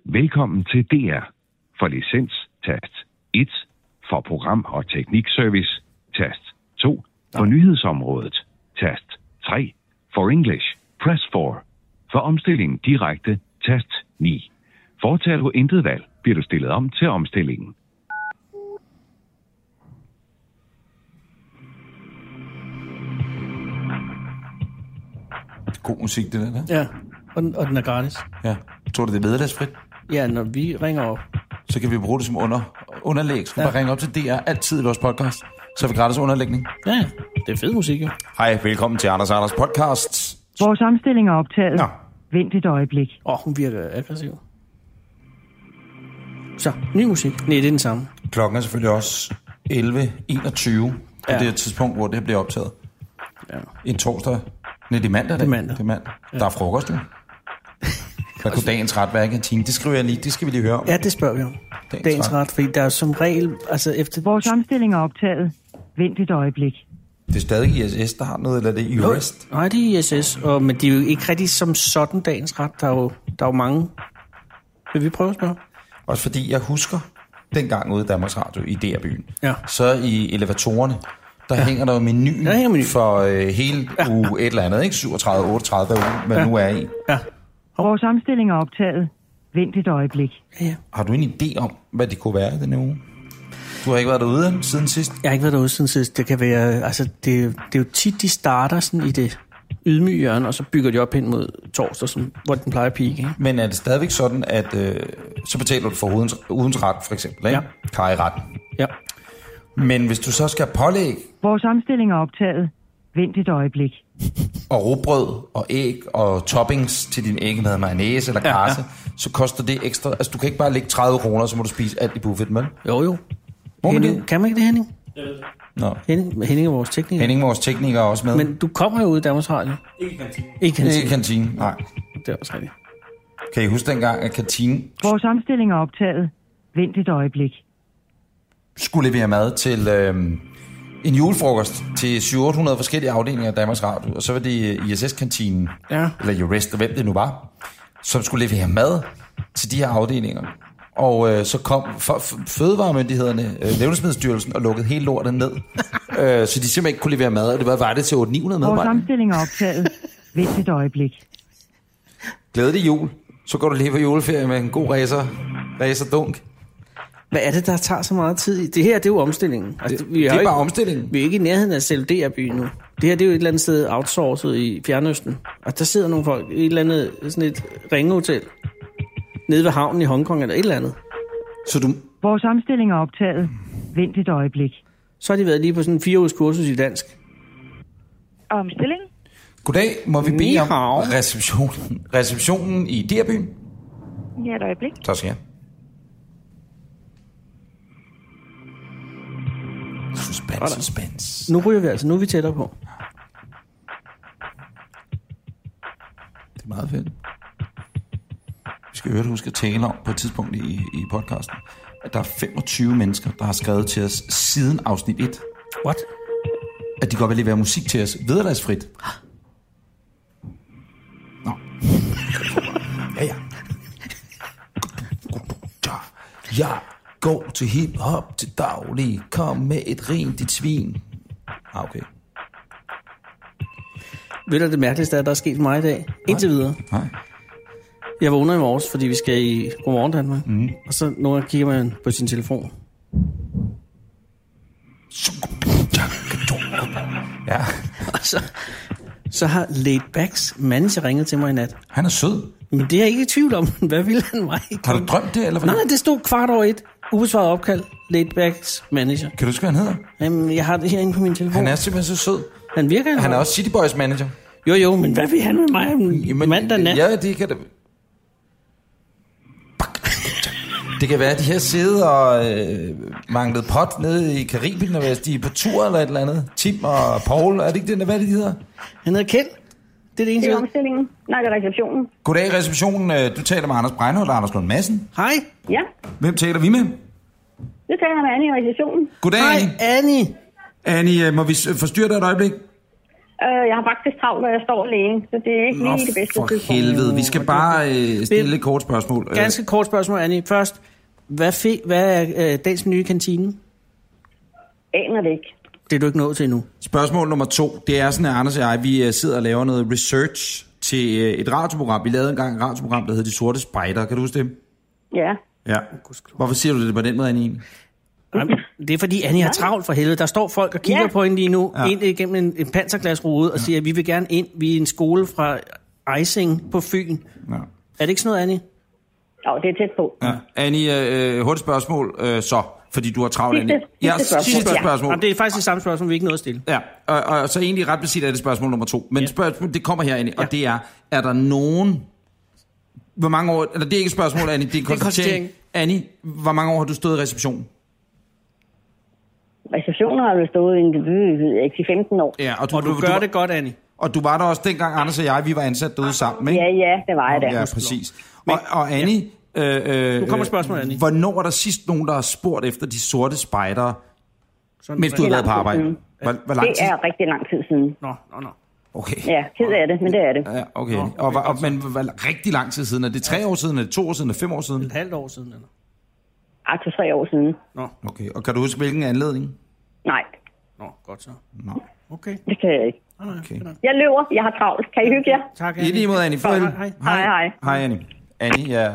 Velkommen til DR. For licens, tast 1. For program- og teknikservice, tast 2. For nyhedsområdet, tast 3. For English, press 4. For omstilling direkte, tast 9. Foretager du intet valg, bliver du stillet om til omstillingen. God musik, det der. Ja, og den er gratis. Ja. Tror du, det er vederlagsfrit? Ja, når vi ringer op. Så kan vi bruge det som underlæg. Så kan bare ringe op til DR altid i vores podcast. Så har vi gratis underlægning. Ja, det er fed musik, jo. Hej, velkommen til Anders podcast. Vores omstilling er optaget. Nå. Vent et øjeblik. Hun virker aggressiv. Så, ny musik. Nej, det er den samme. Klokken er selvfølgelig også 11:21 på det tidspunkt, hvor det her bliver optaget. Ja. En torsdag. Nej, det er mandag. Det er mandag. Ja. Der er frokost, jo. Hvad kunne dagens ret være i kantinen? Det skriver jeg lige. Det skal vi lige høre om. Ja, det spørger vi om. Dagens ret, fordi der er som regel... Altså efter... Vores omstilling er optaget. Vent et øjeblik. Det er stadig ISS, der har noget, eller det er Jurist? Nej, det er ISS, men det er jo ikke rigtig som sådan dagens ret. Der er jo mange... Vil vi prøve at spørge? Også fordi jeg husker dengang ude i Danmarks Radio i DR-byen. Ja. Så i elevatorerne, der hænger der jo menuen for hele uge et eller andet, ikke? 37, 38 uge, men nu er i. Ja. Vores omstilling er optaget. Vent et øjeblik. Ja. Har du en idé om, hvad det kunne være i denne uge? Du har ikke været derude siden sidst? Jeg har ikke været derude siden sidst. Det kan være... Altså, det er jo tit, de starter sådan i det ydmyge hjørne, og så bygger de op hen mod torsdag, hvor den plejer at peake. Ikke? Men er det stadigvæk sådan, at så betaler du for udens ret, for eksempel, ikke? Ja. Karreretten. Ja. Men hvis du så skal pålægge... Vores omstilling er optaget. Vent et øjeblik. Og rugbrød og æg og toppings til din æg med mayonnaise eller karse, så koster det ekstra. Altså, du kan ikke bare lægge 30 kroner, så må du spise alt i buffeten, vel? Jo. Henning, kan man ikke det, Henning? Nå. Henning er vores tekniker. Henning er vores tekniker også med. Men du kommer jo ud i Danmarks Radio. Ikke i kantinen. Nej. Det er også rigtigt. Kan I huske dengang, at kantinen... Vores omstilling er optaget. Vent et øjeblik. Skulle levere mad til en julefrokost til 700-800 forskellige afdelinger af Danmarks Radio. Og så var det ISS-kantinen, eller Jurist, hvem det nu var, som skulle levere mad til de her afdelinger. Og så kom fødevaremyndighederne, Levnedsmiddelstyrelsen, og lukkede hele lortet ned. Så de simpelthen ikke kunne levere mad, og det var det til 800-900 medarbejdere. Vores omstilling er optaget. Vent et øjeblik. Glædelig jul. Så går du lige på juleferie med en god racerdunk. Hvad er det, der tager så meget tid i? Det her, det er jo omstillingen. Altså, det er bare omstillingen. Vi er ikke i nærheden af selv DR-byen nu. Det her, det er jo et eller andet sted outsourcet i Fjernøsten. Og der sidder nogle folk i et eller andet, sådan et ringehotel nede ved havnen i Hongkong eller et eller andet. Så du... Vores omstilling er optaget. Vent et øjeblik. Så har de været lige på sådan en 4 ugers kursus i dansk. Omstilling? Goddag, må vi bede om receptionen i DR-byen? Ja, et øjeblik. Så skal jeg. Suspense. Nu ryger vi altså. Nu er vi tættere på. Det er meget fedt. Vi skal høre, at huske at tale om på et tidspunkt i podcasten, at der er 25 mennesker, der har skrevet til os siden afsnit 1. What? At de godt vil levere musik til os vederlagsfrit. Nå. Ja. Jeg går til hip-hop til daglig. Kom med et rent dit svin. Okay. Ved du, det mærkeligste er, at der er sket for mig i dag? Indtil videre. Nej. Jeg vågner i morges, fordi vi skal i Godmorgen Danmark. Mm. Og så nogle gange kigger man på sin telefon. Ja. Og så har Laidbacks manager ringet til mig i nat. Han er sød. Men det er jeg ikke i tvivl om. Hvad ville han mig? Har du drømt det, eller hvad? Nej, det stod 1:15. Ubesvaret opkald. Laidbacks manager. Kan du huske, hvad han hedder? Jamen, jeg har det herinde på min telefon. Han er simpelthen så sød. Han virker Han er også City Boys manager. Jo, men hvad vil han med mig mandag nat? Ja, det kan det. Det kan være, at de her sidder og manglede pot nede i Karibien, og hvis de er på tur eller et eller andet. Tim og Paul, er det ikke det, hvad det hedder? Han hedder Kjeld. Det er det eneste. Det er omstillingen. Nej, det er receptionen. Goddag, receptionen. Du taler med Anders Breinholt og Anders Lund Madsen. Hej. Ja, Hvem taler vi med? det taler med Annie i receptionen. Goddag, Hej, Annie. Annie. Annie, må vi forstyrre dig et øjeblik? Jeg har faktisk travlt, når jeg står alene, så det er ikke lige det bedste. For helvede. Vi skal bare stille et kort spørgsmål. Ganske kort spørgsmål, Annie. Først, hvad er dagens menu i kantinen? Aner det ikke. Det er du ikke nået til endnu. Spørgsmål nummer 2. Det er sådan, at Anders og jeg, vi sidder og laver noget research til et radioprogram. Vi lavede engang et radioprogram, der hed De Sorte Spejder. Kan du huske det? Ja. Ja. Hvorfor siger du det på den måde, Annie? Det er fordi, Annie har travlt for helvede. Der står folk og kigger på hende lige nu, ind igennem en panserglasrude, og siger, at vi vil gerne ind. Vi er en skole fra Ejsing på Fyn. Ja. Er det ikke sådan noget, Annie? Jo, det er tæt på. Ja. Annie, hurtigt spørgsmål så, fordi du har travlt, Annie. Sidste spørgsmål. Ja. Det er faktisk det samme spørgsmål, vi ikke nåede at stille. Ja, og så egentlig ret beset er det spørgsmål nummer 2. Men spørgsmål, det kommer her, Annie, og det er der nogen... Hvor mange år... Eller det er ikke et spørgsmål, Annie, det er en konstatering. Annie, hvor mange år har du stået i receptionen? Receptionen har jo stået i 15 år. Ja, og du gør det godt, Annie. Og du var der også dengang, Anders og jeg, vi var ansat derude sammen, ikke? Ja, det var jeg da. Ja, præcis. Og Annie... Nu kommer spørgsmålet, Annie. Hvornår var der sidst nogen, der har spurgt efter De Sorte Spejdere, mens du har været på arbejde? Hvor lang tid? Det er rigtig lang tid siden. Nå. Okay. Ja, ked af det, men det er det. Ja, okay. Men hvor rigtig lang tid siden? Er det 3 år siden, er det 2 år siden, er det 5 år siden? Et halvt år siden, eller? 2-3 år siden. Nå. Okay, og kan du huske, hvilken anledning? Nej. Nå, godt så. Nå. Okay. Det kan jeg ikke. Okay. Jeg løber, jeg har travlt. Kan I hygge jer? Tak, Annie. I lige mod, Annie. Hej. Hej, Annie. Annie, ja.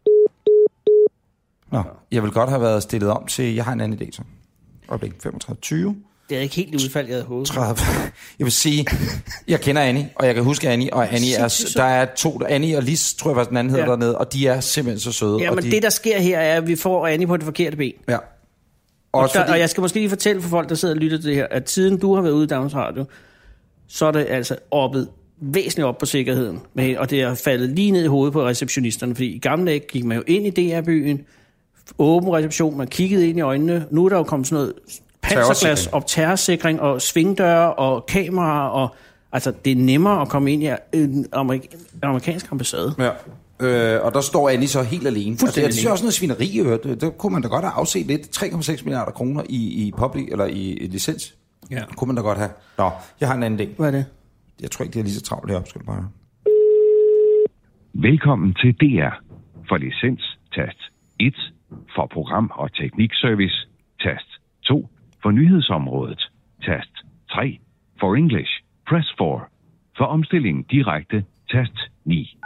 Nå, jeg vil godt have været stillet om til, jeg har en anden idé så. Øjeblik, 35-20. Det er ikke helt udfald, jeg havde håbet. 30. Jeg vil sige, jeg kender Annie, og jeg kan huske Annie, og Annie er, der er 2, Annie og Lis, tror jeg var den anden hedder dernede, og de er simpelthen så søde. Ja, men det der sker her er, at vi får Annie på det forkerte ben. Ja. Og jeg skal måske lige fortælle for folk, der sidder og lytter til det her, at siden du har været ude i Danmarks Radio, så er det altså oppet væsentligt op på sikkerheden. Og det er faldet lige ned i hovedet på receptionisterne, fordi i gamle dage gik man jo ind i DR-byen, åben reception, man kiggede ind i øjnene. Nu er der jo kommet sådan noget panserglas og terrorsikring og svingdøre og kameraer, og altså det er nemmere at komme ind i en amerikansk ambassade. Ja. Og der står Annie så helt alene. Og det er også noget svineri, der kunne man da godt have afset lidt. 3,6 milliarder kroner i public, eller i licens. Ja. Det kunne man da godt have. Nå, jeg har en anden idé. Hvad er det? Jeg tror ikke, det er lige så travlt heroppe, skal du bare. Velkommen til DR. For licens, tast 1. For program- og teknikservice, tast 2. For nyhedsområdet, tast 3. For English, press 4. For omstilling direkte, tast 9.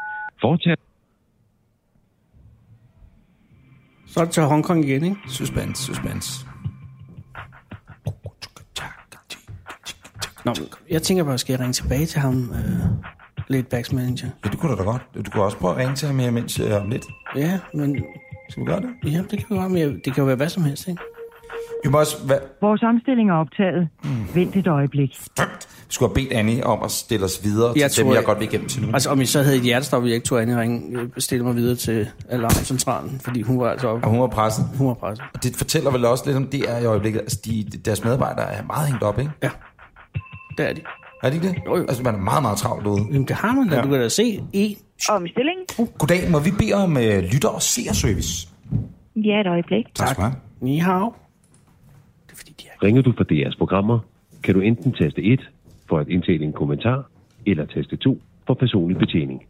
Så er det til Hongkong igen, ikke? Suspense. Nå, jeg tænker bare, skal jeg ringe tilbage til ham, Laidbacks manager? Ja, det kunne du da godt. Du kunne også prøve at ringe til ham her, mens om lidt. Ja, men... Skal vi gøre det? Ja, det kan vi gøre, men det kan jo være hvad som helst, ikke? Vi må også... Vores omstilling er optaget. Vent et øjeblik. Vi skulle have bedt Annie om at stille os videre til dem, jeg godt vil igennem til nu. Altså, om I så havde et hjertestop, ville jeg ikke tog Annie stille mig videre til alarmcentralen, fordi hun var altså oppe. Og hun var presset. Og det fortæller vel også lidt om det er i øjeblikket. Altså, deres medarbejdere er meget hængt op, ikke? Ja, det er de. Er det ikke det? Jo. Altså, man er meget, meget travlt derude. Jamen, det har man da. Ja. Du kan da se i... Omstilling. Goddag, må vi bede om lytter- og seerservice? Ja, et øjeblik. Tak. Ni hao. Ringer du fra DR's programmer, kan du enten taste 1 for at indtale en kommentar, eller taste 2 for personlig betjening.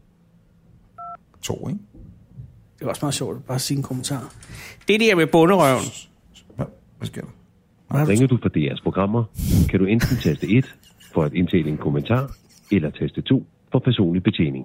2, ikke? Det er også meget sjovt at bare sige en kommentar. Det der med bunderøven. Hvad sker der? Ringer du fra DR's programmer, kan du enten taste 1 for at indtale en kommentar, eller taste 2 for personlig betjening.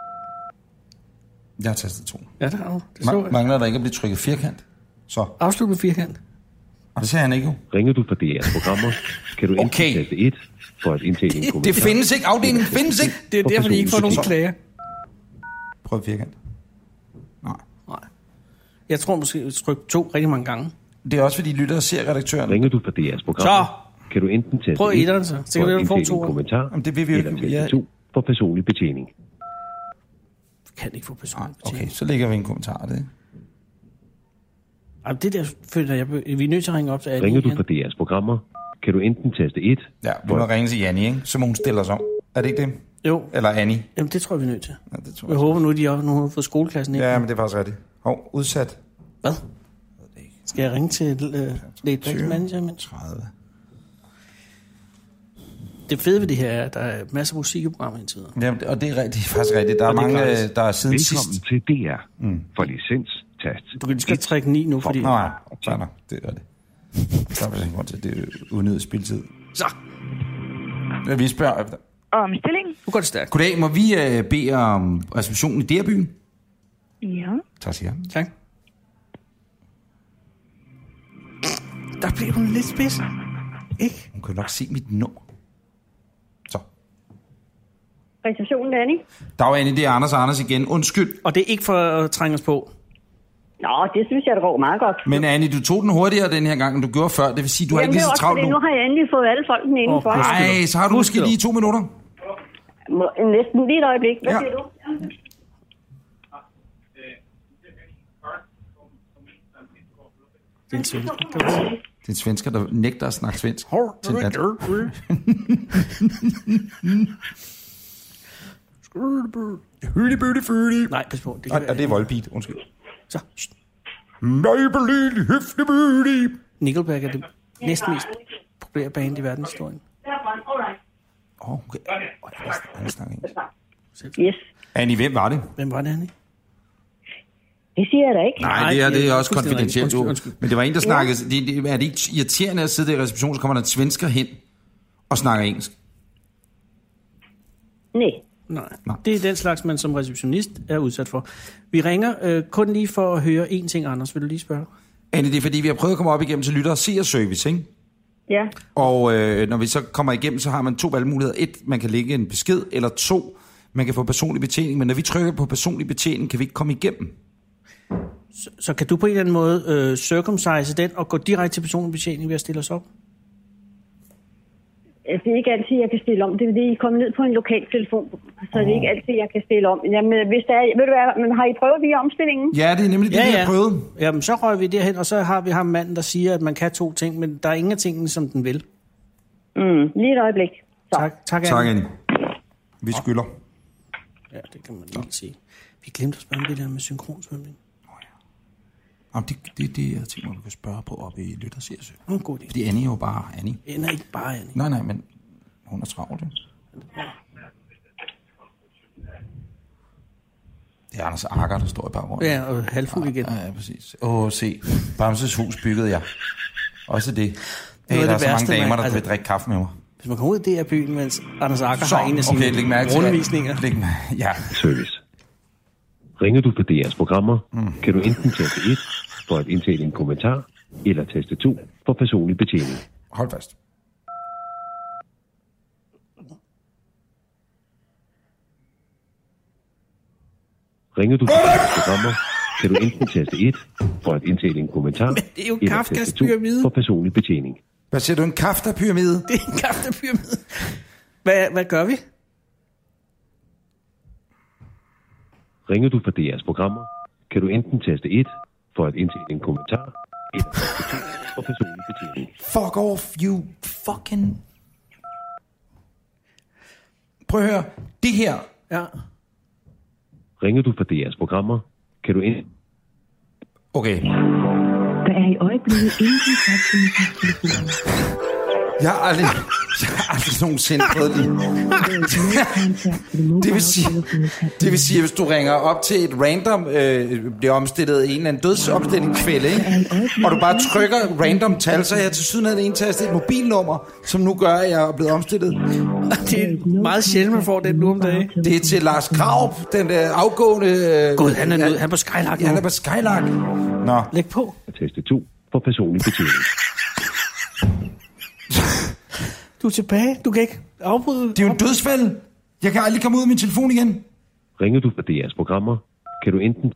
Jeg har tastet 2. Ja, det har du. Det så jeg. Mangler der ikke at blive trykket firkant? Så. Afslut med firkant. Og det siger han ikke jo. Ringer du fra DR's programmer, kan du enten taste 1 for at indtale en kommentar. Det findes ikke. Afdelingen findes ikke. Det er derfor, de ikke får nogen klager. Prøv firkant. Nej. Jeg tror måske, at trykke 2 rigtig mange gange. Det er også fordi lytter og ser redaktøren. Ringer du fra DR's programmer, kan du enten taste 1 for at indtale en kommentar, det vil vi eller taste 2 for personlig betjening. Kan ikke få personlig betjening. Okay, så lægger vi en kommentar af det. Jamen, det der føler jeg, vi er nødt til at ringe op til Annie. Ringer du fra DR's programmer, kan du enten taste 1... Ja, vi må ringe til Jannie, ikke? Så må hun stille os om. Er det ikke det? Jo. Eller Annie? Jamen, det tror jeg, vi er nødt til. Ja, det tror jeg håber nu, de har fået skoleklassen ind. Ja, men det er faktisk rigtigt. Udsat. Hvad? Skal jeg ringe til Laidbacks manager? 30. det fede ved det her er, at der er masser af musik i programmet indtil videre. Ja, og det er faktisk rigtigt. Der er mange, der er siden Velkommen sidst. til DR. For licens, tast. Du kan lige skal trække 9 nu, fordi... Nej, det er det. Så er der ikke grund til, det er unødigt spiltid. Så! Ja, vi spørger efter. Omstilling? Nu går det stærkt. Goddag, må vi bede om receptionen i DR-byen? Ja. Tak skal jeg. Tak. Der blev hun lidt spids. Ikke? Hun kan nok se mit nummer. Så. Receptionen, Annie? Dag, Annie, det er Anders igen. Undskyld. Og det er ikke for at trænge os på. Nå, det synes jeg, det går meget godt. Men Annie, du tog den hurtigere den her gang, end du gjorde før. Det vil sige, du har ikke lige så travlt nu. Nu har jeg endelig fået alle folkene indenfor. Nej, så har du måske lige 2 minutter. Næsten lige et øjeblik. Hvad siger du? Det er en svensker, kan man sige. Det er en svensker, der nægter at snakke svensk. Til dansk. Nej, pas på. Det Og det er Volbeat, undskyld. Så. Maybelline, Høfnebødi. Nickelback er det næsten mest populære band i verdenshistorien. Okay. Han snakker engelsk. Yes. Annie, hvem var det? Hvem var det, Annie? Det siger jeg da ikke. Nej, det er også konfidentielt. Undskyld. Men det var en, der snakkede... Er det ikke irriterende at sidde der i receptionen, så kommer der en svensker hen og snakker engelsk? Nej. Det er den slags, man som receptionist er udsat for. Vi ringer kun lige for at høre én ting, Anders. Vil du lige spørge? Annie, det er fordi, vi har prøvet at komme op igennem til lytter og seerservice, ikke? Ja. Og når vi så kommer igennem, så har man 2 valgmuligheder. 1, man kan lægge en besked, eller 2, man kan få personlig betjening. Men når vi trykker på personlig betjening, kan vi ikke komme igennem. Så kan du på en eller anden måde circumcise den og gå direkte til personlig betjening ved at stille os op? Det er ikke altid, jeg kan stille om. Det er fordi, I kommer ned på en lokal telefon, så det er ikke altid, jeg kan stille om. Jamen, hvis der er, ved du hvad, men har I prøvet via omstillingen? Ja, det er nemlig det, vi har prøvet. Jamen, så rører vi derhen, og så har vi ham manden, der siger, at man kan 2 ting, men der er ingen af tingene, som den vil. Lige et øjeblik. Så. Tak, Tak, Annie. Vi skylder. Ja, det kan man lige sige. Vi glemte at spørge om det der med synkronsvømning. Jamen, det er jeg tænker, vi kan spørge på oppe i Lyttersersø. God idé. Fordi Annie er jo bare Annie. Annie er ikke bare Annie. Nej, men hun er travlt. Det er Anders Akker, der står i baggrunden. Ja, og halvfuld igen. Ja, præcis. Se. Bamses hus byggede jeg. Også det. Der er så mange damer, der vil drikke kaffe med mig. Hvis man kommer ud af DR-byen, mens Anders Akker har en af sine rundvisninger. Ja. Service. Ringer du på DR's programmer, kan du enten taste 1 for at indtale en kommentar, eller taste 2 for personlig betjening. Hold fast. Ringer du på DR's programmer, kan du enten taste 1 for at indtale en kommentar, det er jo eller taste 2 for personlig betjening. Hvad siger du? En Kafka-pyramide? Det er en Kafka-pyramide. Hvad gør vi? Ringer du på DR's programmer, kan du enten taste 1 for at indtale en kommentar, eller taste 2 for personlig betjening. Fuck off, you fucking... Prøv at høre. Det her... Ja. Ringer du på DR's programmer, kan du enten... Okay. Der er i øjeblikket ingen kontakt til telefonen. Jeg har aldrig nogensinde prøvet det. Det vil sige, at hvis du ringer op til et random, bliver omstillet en eller anden dødsopstillingskvælde, ikke? Og du bare trykker random tal, så er jeg til syden af en tastet et mobilnummer, som nu gør, at jeg er blevet omstillet. Det er meget sjældent, man får det nu om dagen. Det er til Lars Krarup, den afgående... Gud, han er på Skylark nu. Han er på Skylark. Nå. Læg på. Taste 2 for personlig betjening. Du er tilbage. Du kan ikke afbryde. Det er jo en dødsfælde. Jeg kan aldrig komme ud af min telefon igen. Ringer du på DR's programmer, kan du enten...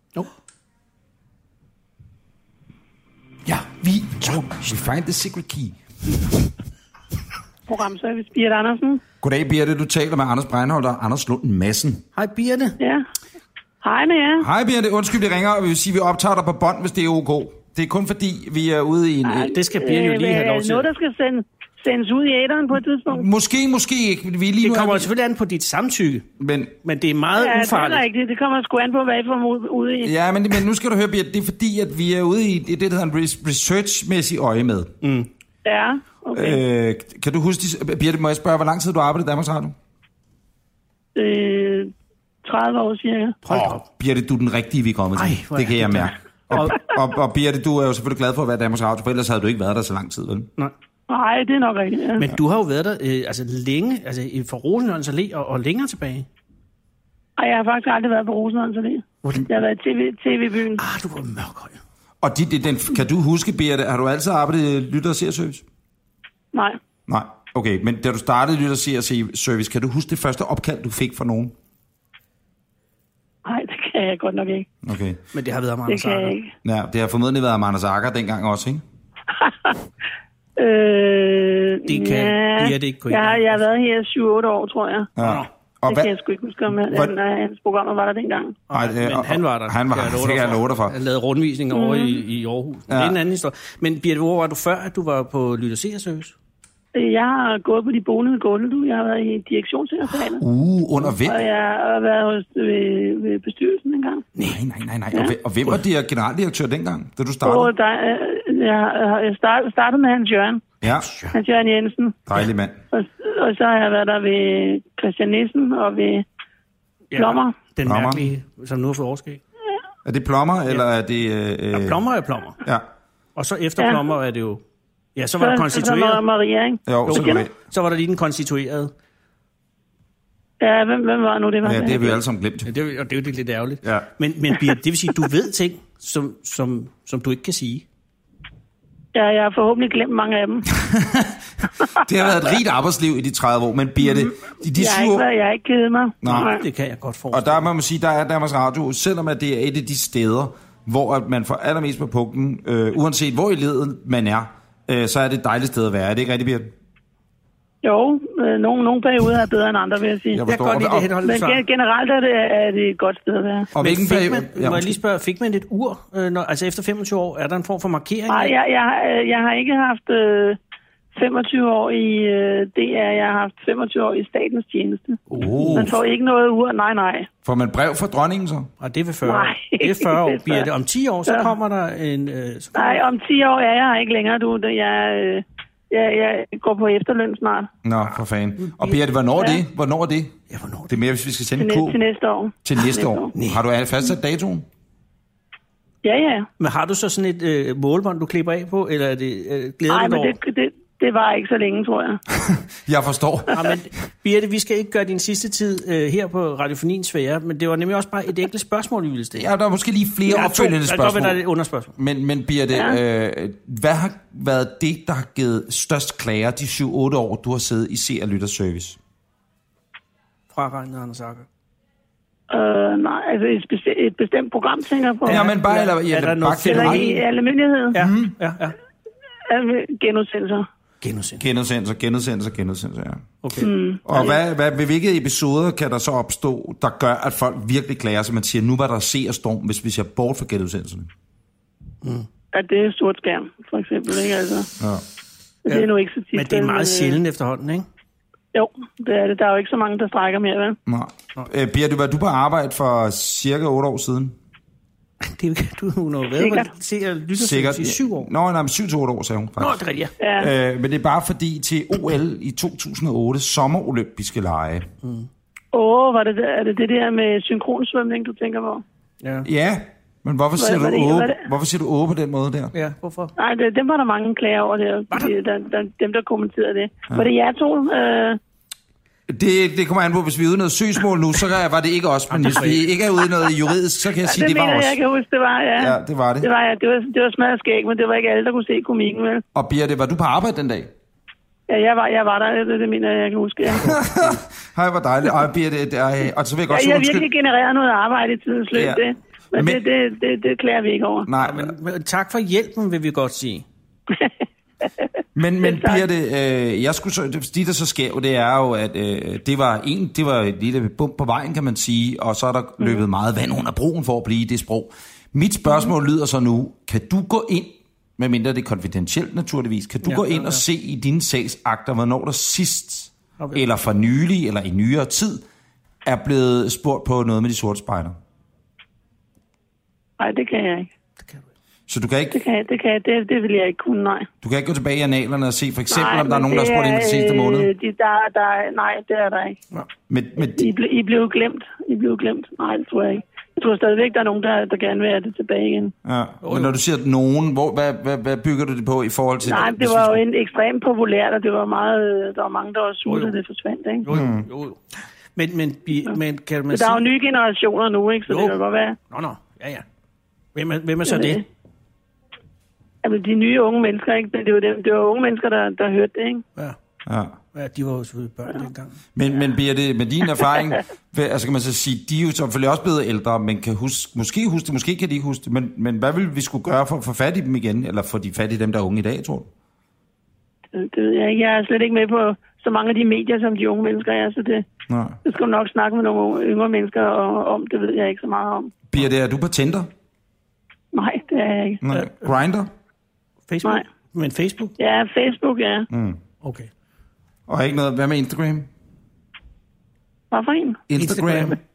Ja, we find the secret key. Programservice, Birte Andersen. Goddag, Birte. Du taler med Anders Breinholt og Anders Lund Madsen. Hej, Birte. Ja. Hej med jer. Hej, Birte. Undskyld, vi ringer, og vi vil sige, at vi optager dig på bånd, hvis det er ok. Det er kun fordi, vi er ude i en... Det skal Birte jo lige have lov til. Noget, der skal sendes ud i æteren på et tidspunkt. Måske ikke. Vi lige det kommer selvfølgelig an på dit samtykke. Men det er meget ufarligt. Ja, det er rigtigt. Det kommer sgu an på, hvad I får ude i. Ja, men nu skal du høre, Birte. Det er fordi, at vi er ude i det, der hedder en researchmæssig øje med. Ja, Okay. Kan du huske, Birte, må jeg spørge, hvor lang tid du arbejdede i Danmarks Radio? 30 år cirka. Birte, du er den rigtige, vi er kommet til. Det kan jeg mærke. Og Birte, du er jo selvfølgelig glad for at være i Danmarks Radio, for ellers havde du ikke været der så lang tid, vel? Nej, det er nok rigtigt, ja. Men du har jo været der længe, for Rosenhørns Allé og længere tilbage. Ej, jeg har faktisk aldrig været på Rosenhørns Allé. Jeg har været i TV-byen. Du var mørkhøj. Og kan du huske, Birte, har du altid arbejdet i lytter- og seerservice? Nej. Nej, okay. Men da du startede lytter- og seerservice, kan du huske det første opkald, du fik fra nogen? Nej, det kan jeg godt nok ikke. Okay. Men det har været Anders Akker. Det kan Akker. jeg ikke. Ja, det har formodentlig været Anders Akker dengang også, ikke? Det kan Birte ikke gå ind. Jeg har været her 7-8 år, tror jeg. Ja. Og det kan jeg sgu ikke huske, om hans programmer var der dengang. Men han var der. Han var der, det kan jeg love dig for. Han lavede rundvisninger over i Aarhus. Ja. Det er en anden historie. Men Birte, hvor var du før, at du var på lytter- og seerservice? Jeg har gået på de bonede gulve, jeg har været i direktionssekretariatet. Under hvem? Og jeg har været ved bestyrelsen engang. Nej. Ja. Og hvem var generaldirektør dengang, da du startede? Jeg startede med Hans Jørgen. Ja. Hans Jørgen Jensen. Dejlig mand. Og så har jeg været der ved Christian Nissen og ved Plommer. Den mærkelige, som nu har fået overskæg. Er det Plommer, eller er det... Plommer er Plommer. Ja. Og så efter Plommer er det jo... Ja, så var der konstitueret. Så var Maria, ikke? Jo, så var der lige den konstituerede. Ja, hvem var nu det? Var ja, det har vi jo alle sammen glemt. Ja, det er jo lidt ærgerligt. Ja. Men Birte, det vil sige, du ved ting, som du ikke kan sige. Ja, jeg har forhåbentlig glemt mange af dem. Det har været et rigt arbejdsliv i de 30 år, men Birte... Jeg har ikke kedet mig. Nej, det kan jeg godt forstå. Og der må man sige, der er Danmarks Radio, selvom at det er et af de steder, hvor man får allermest på punkten, uanset hvor i ledet man er, så er det et dejligt sted at være. Er det ikke rigtigt, Birte? Jo, nogle perioder er bedre end andre, vil jeg sige. Jeg godt lide det henholdet. Men generelt er det et godt sted at være. Og hvilken periode? Må jeg lige spørge, fik man et ur? Altså efter 25 år, er der en form for markering? Nej, jeg har ikke haft 25 år i DR. Jeg har haft 25 år i statens tjeneste. Man får ikke noget ur, nej. Får man brev fra dronningen så? Og det er ved 40 år. Det er 40 år, Birte. Om 10 år, så kommer der en... Nej, om 10 år er jeg ikke længere, du. Jeg går på efterløn snart. Nå, for fanden. Og Birte, hvornår er det? Hvornår er det? Ja, hvornår? Det er mere, hvis vi skal sende en kode. Til næste år. Til næste år. Har du fastsat datoen? Ja. Men har du så sådan et målbånd, du klipper af på, eller er det glædeligt år? Nej, men det var ikke så længe, tror jeg. Jeg forstår. Ja, men Birte, vi skal ikke gøre din sidste tid her på Radiofoniens sfære, men det var nemlig også bare et enkelt spørgsmål, vi ville stille. Ja, der er måske lige flere opfølgende spørgsmål. Der er et underspørgsmål. Men Birte, hvad har været det, der har givet størst klager de 7-8 år, du har siddet i seer- og lytterservice? Fraregnet Anders Akker. Nej, altså et bestemt program, tænker jeg på. Ja, men bare... Eller der noget eller i almindelighed. Ja. Genudsendelser, ja. Okay. Og ved hvilke episoder kan der så opstå, der gør, at folk virkelig klager, så man siger, nu var der seerstorm, hvis vi ser bort fra genudsendelserne? At det er stort skærm, for eksempel, ikke altså? Ja. Det er nu ikke så tit. Men det er meget sjældent efterhånden, ikke? Jo, det er det. Der er jo ikke så mange, der strækker mere, vel? Nej. Birte, var du på arbejde for cirka 8 år siden? Du har jo været på seer- og lytterservice i 7 år. Nå, nej, 7-8 år, sagde hun faktisk. Nå, det er rigtigt, ja. Men det er bare fordi til OL i 2008, sommerolympiske lege. Er det der med synkronsvømning, du tænker på? Ja, men hvorfor siger du på den måde der? Ja, hvorfor? Nej, dem var der mange klager over der. Dem, der kommenterede det. Ja. Var det jer to? Det kommer an på, hvis vi er ude i noget søgsmål nu, så var det ikke os. Men hvis vi ikke er ude i noget juridisk, så kan jeg sige, det var os. Jeg kan huske, det var, ja. Ja, det var det. Det var smadret skæg, men det var ikke alle, der kunne se komikken, vel? Og Birte, var du på arbejde den dag? Ja, jeg var der. Det mener jeg kan huske, ja. Hej, hvor dejligt. Og Birte, og så vil jeg godt sige jeg har virkelig genereret noget arbejde i tidens løb, det. Men det klager vi ikke over. Nej, men tak for hjælpen, vil vi godt sige. Men Birte, jeg skulle så, det der så skæv, det er jo, at det var et lille bump på vejen, kan man sige, og så er der løbet meget vand under broen for at blive det sprog. Mit spørgsmål lyder så nu, kan du gå ind, medmindre det er konfidentielt naturligvis, kan du gå ind og se i dine sagsakter, hvornår der sidst, eller for nylig, eller i nyere tid, er blevet spurgt på noget med de sorte spejder? Nej, det kan jeg ikke. Så du kan ikke... Det vil jeg ikke kunne, nej. Du kan ikke gå tilbage i analerne og se for eksempel, om der er nogen, der har spurgt ind de sidste måned? Nej, det er der ikke. Ja. I blev glemt. Nej, det tror jeg ikke. Jeg tror stadigvæk, der er nogen, der gerne vil have det tilbage igen. Ja, men når du siger nogen, hvad bygger du det på i forhold til... Nej, det var jo ekstremt populært, og det var meget, der var mange, der var sultet, det forsvandt, ikke? Jo. Men kan man der er jo nye generationer nu, ikke? Så det kan godt være... Nå. Ja. Hvem er så det? Jamen, de nye unge mennesker, ikke? Det var unge mennesker, der hørte det, ikke? Ja, de var jo selvfølgelig børn dengang. Men Birthe, med din erfaring, altså kan man så sige, de er jo selvfølgelig også blevet ældre, men kan måske huske det, måske kan de ikke huske det, men hvad vil vi skulle gøre for at få fat i dem igen, eller få de fat i dem, der er unge i dag, tror du? Det ved jeg ikke. Jeg er slet ikke med på så mange af de medier, som de unge mennesker er, så det skal du nok snakke med nogle yngre mennesker om, det ved jeg ikke så meget om. Birthe, er du på Tinder? Nej, det er jeg ikke. Nej. Grindr? Facebook? Nej. Men Facebook? Ja, Facebook, ja. Okay. Og ikke noget, hvad med Instagram? Hvad for en? Instagram,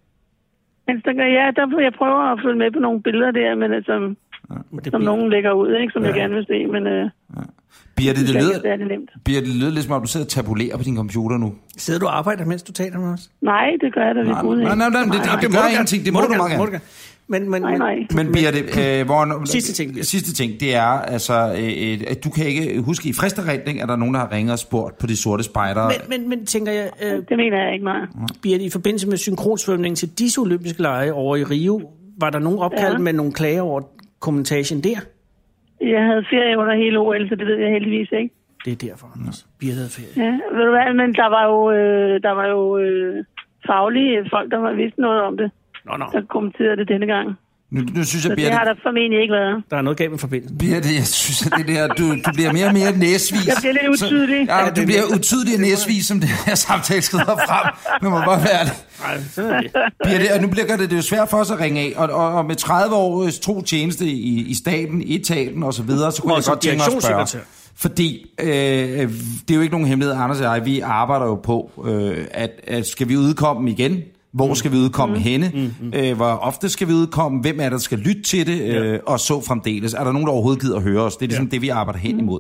ja, jeg prøver at følge med på nogle billeder der, men som nogen lægger ud, ikke, som jeg gerne vil se, men Birthe, det lyder lidt som om du sidder og tabulerer på din computer nu. Sidder du og arbejder, mens du taler med os? Nej, det gør jeg da ved Gud. Nej, det gør ingenting, det må du meget gerne. Men Birthe, sidste ting, det er altså, at du kan ikke huske, i frisk erindring, at der er nogen, der har ringet og spurgt på de sorte spejdere. Men tænker jeg... det mener jeg ikke, nej. Birthe, i forbindelse med synkronsvømning til disse olympiske lege over i Rio, var der nogen opkald med nogle klager over kommentagen der? Jeg havde ferie under hele OL, så det ved jeg heldigvis ikke. Det er derfor, Anders. Birthe havde ferie. Ja, ved du hvad, men der var jo faglige folk, der har vidst noget om det. Der kommenterede det denne gang. Nu synes jeg, så det har der formentlig ikke været. Der er noget galt med forbindelsen. Birthe, jeg synes, at det der, du bliver mere og mere næsvis. Jeg bliver lidt utydelig. Du bliver utydelig og næsvis, som det her samtale skrider frem. Nu må bare være det. Nej, sådan er det. Birthe, og nu bliver det jo svært for os at ringe af. Og med 30 års tro tjeneste i staten, i etaten og så videre, så kunne jeg godt tænke mig at spørge. Fordi det er jo ikke nogen hemmelighed, Anders og jeg, vi arbejder jo på, at skal vi udkomme igen? Hvor skal vi udkomme henne? Hvor ofte skal vi udkomme? Hvem er der skal lytte til det? Og så fremdeles. Er der nogen, der overhovedet gider at høre os? Det er ligesom det, vi arbejder hen imod.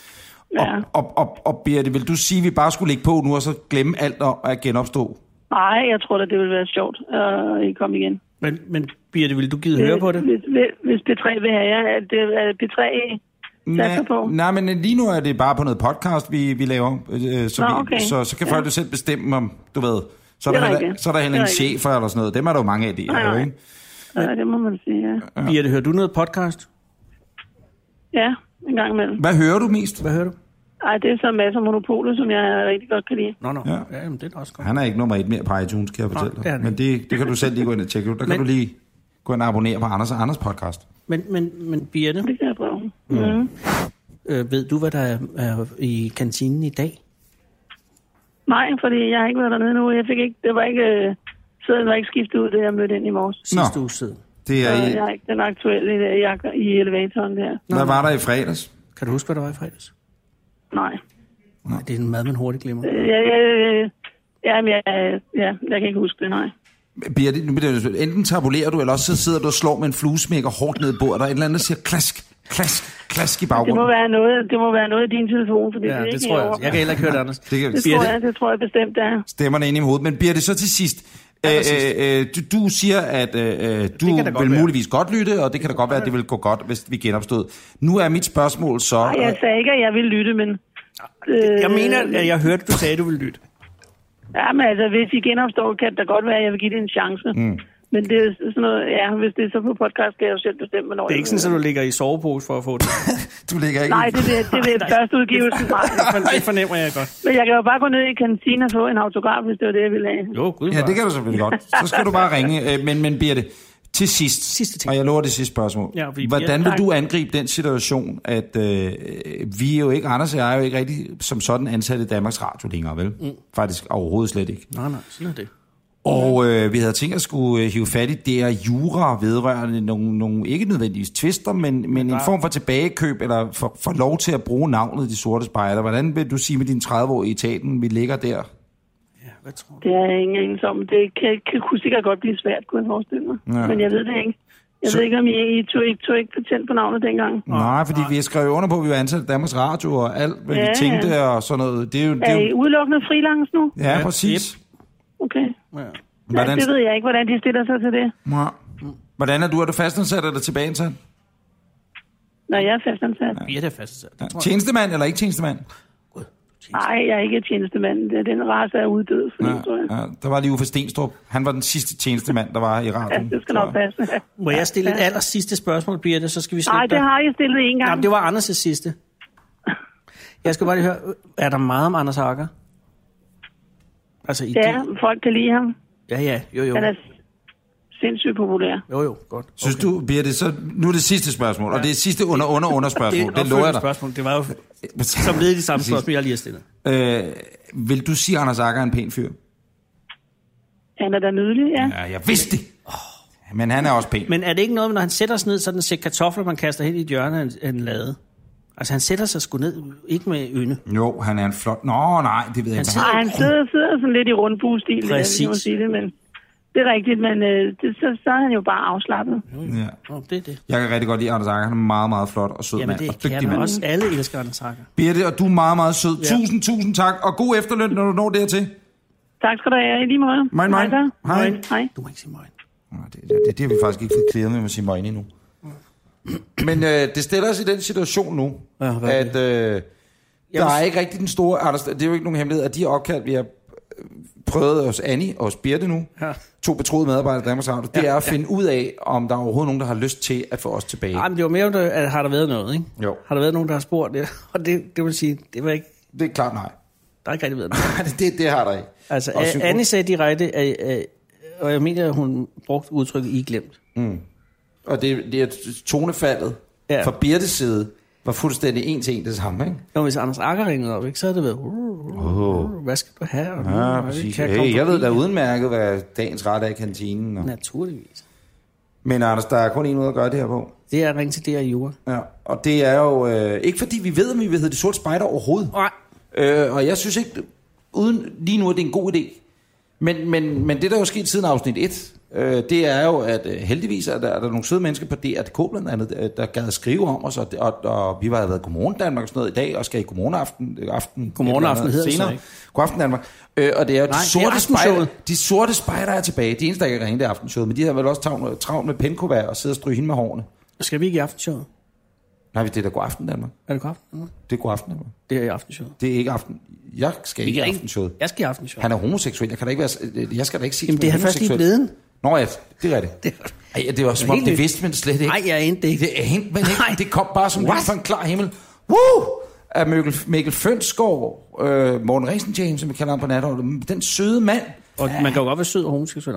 Og Birthe, vil du sige, at vi bare skulle lægge på nu, og så glemme alt at genopstå? Nej, jeg tror da, det ville være sjovt at komme igen. Men Birthe, vil du gide høre på det? Hvis P3 vil have jer, er P3 satser på? Nej, men lige nu er det bare på noget podcast, vi laver. Så kan folk jo selv bestemme, om du ved... Så er der heller en chef eller sådan noget. Dem er der jo mange af det. Nej. Ja, det må man sige, ja. Birthe, hører du noget podcast? Ja, en gang imellem. Hvad hører du mest? Hvad hører du? Ej, det er så masser af Monopolet, som jeg rigtig godt kan lide. Ja, men det er også godt. Han er ikke nummer 1 mere på iTunes, kan jeg fortælle dig. Men det kan du selv lige gå ind og tjekke ud. Der kan du lige gå ind og abonnere på Anders podcast. Men Birthe? Det kan jeg prøve. Ved du, hvad der er i kantinen i dag? Nej, fordi jeg har ikke været dernede nu. Sæden var ikke skiftet ud, da jeg mødte ind i morges. Sidste uge siden. Det er jeg er ikke den aktuelle i elevatoren der. Hvad var der i fredags? Kan du huske, hvad der var i fredags? Nej. Det er en mad, man hurtigt glemmer. Jeg kan ikke huske det, nej. Birthe, enten tabulerer du, eller også så sidder du og slår med en fluesmækker hårdt ned i bordet. Der er et eller andet, der siger klask i baggrunden. Det må være noget i din telefon, fordi det tror jeg. Jeg kan heller ikke høre det, Anders. Det tror jeg bestemt, det er. Stemmerne inde i hovedet. Men Birthe, så til sidst. Du siger, at du vil muligvis godt lytte, og det kan da godt være, at det vil gå godt, hvis vi genopstod. Nu er mit spørgsmål så... Nej, jeg sagde ikke, at jeg vil lytte, men... Jeg mener, at jeg hørte, du sagde, at du vil lytte. Ja, men altså, hvis I genopstår, kan det da godt være, at jeg vil give det en chance. Men det er sådan noget, hvis det er så på podcast, skal jeg jo selv bestemme, hvornår. Det er ikke sådan, at du ligger i sovepose for at få det. Du ligger ikke... Nej, det er første udgivelse. Det fornemmer jeg godt. Men jeg kan jo bare gå ned i kantinen og få en autograf, hvis det var det, jeg ville have. Jo, gud. Ja, det kan du selvfølgelig godt. Så skal du bare ringe. Men Birthe, til sidste ting. Og jeg lover det sidste spørgsmål. Ja, hvordan vil du angribe den situation, at vi jo ikke, Anders og jeg er jo ikke rigtig som sådan ansat i Danmarks Radio længere, vel? Faktisk overhovedet slet ikke. Nej, sådan er det. Og vi havde tænkt at skulle hive fat i det her jura vedrørende nogle ikke nødvendigvis tvister, men en form for tilbagekøb, eller for lov til at bruge navnet De Sorte Spejder. Hvordan vil du sige med dine 30 år i etaten, vi ligger der? Ja, hvad tror du? Det er ingen enelse om. Det kunne sikkert godt blive svært, kunne jeg forestille mig. Ja. Men jeg ved det ikke. Jeg ved ikke, om I tog ikke patent på navnet dengang. Nej, fordi vi har skrevet under på, at vi var ansat i Danmarks Radio og alt, hvad vi tænkte og sådan noget. Er I udelukkende freelance nu? Ja, præcis. Okay. Ja, det ved jeg ikke, hvordan de stiller sig til det. Ja. Hvordan er du? Er du fastansat eller tilbageindsat? Nej, jeg er fastansat. Ja, det er fastansat. Ja. Tjenestemand eller ikke tjenestemand? Nej, jeg er ikke tjenestemand. Den race er uddød. Der var lige Uffe Stenstrup. Han var den sidste tjenestemand, der var i radioen. Ja, det skal nok passe. Må jeg stille et aller sidste spørgsmål, Birte, så skal vi slutte. Nej, det har jeg stillet en gang. Jamen, det var Anders' sidste. Jeg skal bare lige høre, er der meget om Anders Agger? Altså, folk kan lide ham. Ja, jo. Han er sindssygt populær. Jo, godt. Okay. Synes du, Birte, så nu er det sidste spørgsmål, og det er sidste under spørgsmål. Det lover jeg dig. Spørgsmål. Det var jo som led i de samme spørgsmål, jeg lige har stillet. Vil du sige, at Anders Agger er en pæn fyr? Han er da nydelig, ja. Ja, jeg vidste det. Men han er også pæn. Men er det ikke noget, når han sætter sig ned, sådan en sæk kartofler, man kaster hen i et hjørne af en lade? Altså, han sætter sig sgu ned, ikke med ynde. Jo, han er en flot... Nå, nej, det ved jeg ikke. Han sidder sådan lidt i rundbuestil, præcis. Må sige det, men det er rigtigt, men så er han jo bare afslappet. Ja. Det er det. Jeg kan rigtig godt lide Anders Agger. Han er meget, meget flot og sød mand. Og dygtig mand. Også alle elsker Anders Agger. Birte, og du er meget, meget sød. Ja. Tusind tak, og god efterløn, når du når dertil. Tak skal du have, i lige måde. Hej. Du må ikke sige møgen. Det har vi faktisk ikke fået klædet med at sige møgen endnu. Men det stiller os i den situation nu, at der er ikke rigtig den store... Anders, det er jo ikke nogen hemmelighed, at de opkald, vi har prøvet hos Annie og hos Birte nu, 2 betroede medarbejdere i Danmarks Radio, det er at finde ud af, om der er overhovedet nogen, der har lyst til at få os tilbage. Nej, men det var mere, at har der været noget, ikke? Jo. Har der været nogen, der har spurgt det? Og det vil sige, det var ikke... Det er klart nej. Der er ikke rigtig været noget. det har der ikke. Altså, Annie sagde direkte, og jeg mener, at hun brugte udtrykket "I glemt". Og det er tonefaldet fra Birtes side var fuldstændig en til en det samme, ikke? Når hvis Anders Agger ringede op, ikke, så havde det været... Hvad skal du have? Ja, præcis. Jeg ved da udmærket, hvad dagens ret er i kantinen. Og... Naturligvis. Men Anders, der er kun en måde at gøre det her på. Det er at ringe til DR Jura. Ja, og det er jo ikke fordi vi ved, om vi vil hedde De Sorte Spejder overhovedet. Nej. Og jeg synes ikke, uden lige nu, at det er en god idé. Men det, der er jo sket siden afsnit 1, det er jo, at heldigvis er der nogle søde mennesker på DR.dk blandt andet, der gad at skrive om os, og vi var været Godmorgen Danmark og sådan noget i dag, og skal i Godmorgenaften. Godmorgenaften hedder det senere. Godaften Danmark. Og det er jo de sorte spejder er tilbage. De eneste, der kan ringe, det er aftenshowet, men de har vel også travlt med penkuvert og sidde og stryge hende med hårene. Skal vi ikke i aftenshowet? Nej, det er da Godaften Danmark. Er det Godaften Danmark? Det er Godaften Danmark. Det er i aftenshowet. Det er ikke aften. Jeg skal ikke i aftenshowet. Jeg skal i aftenshowet. Han er homoseksuel. Jeg skal da ikke sige, jamen, det er først lige blevet. Nå ja, det er det. Det er også som om, det vidste man slet ikke. Nej, jeg endte ikke. Det endte man ikke. Det kom bare som lyd fra en klar himmel. Woo! Af Mikkel Fønsgaard, Morten Risenjames, som vi kalder ham på natholdet. Den søde mand. Og man kan jo godt være sød og homoseksuel.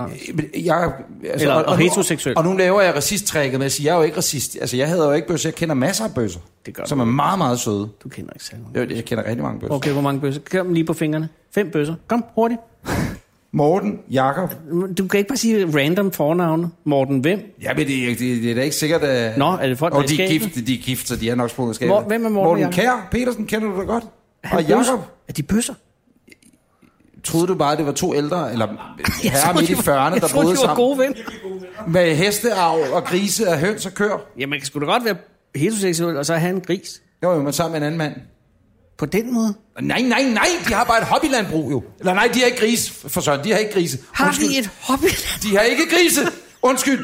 Og heteroseksuel. Og nu laver jeg racist-trækket med at sige, jeg er jo ikke racist. Altså, jeg hedder jo ikke bøsser. Jeg kender masser af bøsser, som er meget, meget søde. Du kender ikke selv. Jeg kender rigtig mange bøsser. Okay, hvor mange bøsser? Kom lige på fingrene. 5 bøsser. Kom, hurtigt. Morten, Jakob. Du kan ikke bare sige random fornavne. Morten hvem? Ja, men det er da ikke sikkert, at... Nå, er det folk, der er de er gift, så de er nok sprunget skabet. Hvem er Morten Kjær Petersen, kender du da godt? Og Jakob. Er de bøsser? Troede du bare, det var 2 ældre, eller herrer midt i 40'erne, der boede sammen? Gode ven. Med hesteavl og grise og høns og køer. Ja, man kan sgu da godt være heteroseksuel, og så have en gris. Jo, men sammen med en anden mand. På den måde? Nej, de har bare et hobbylandbrug jo. Eller nej, de har ikke grise, for søren, de har ikke grise. Har de et hobbylandbrug? De har ikke grise, undskyld.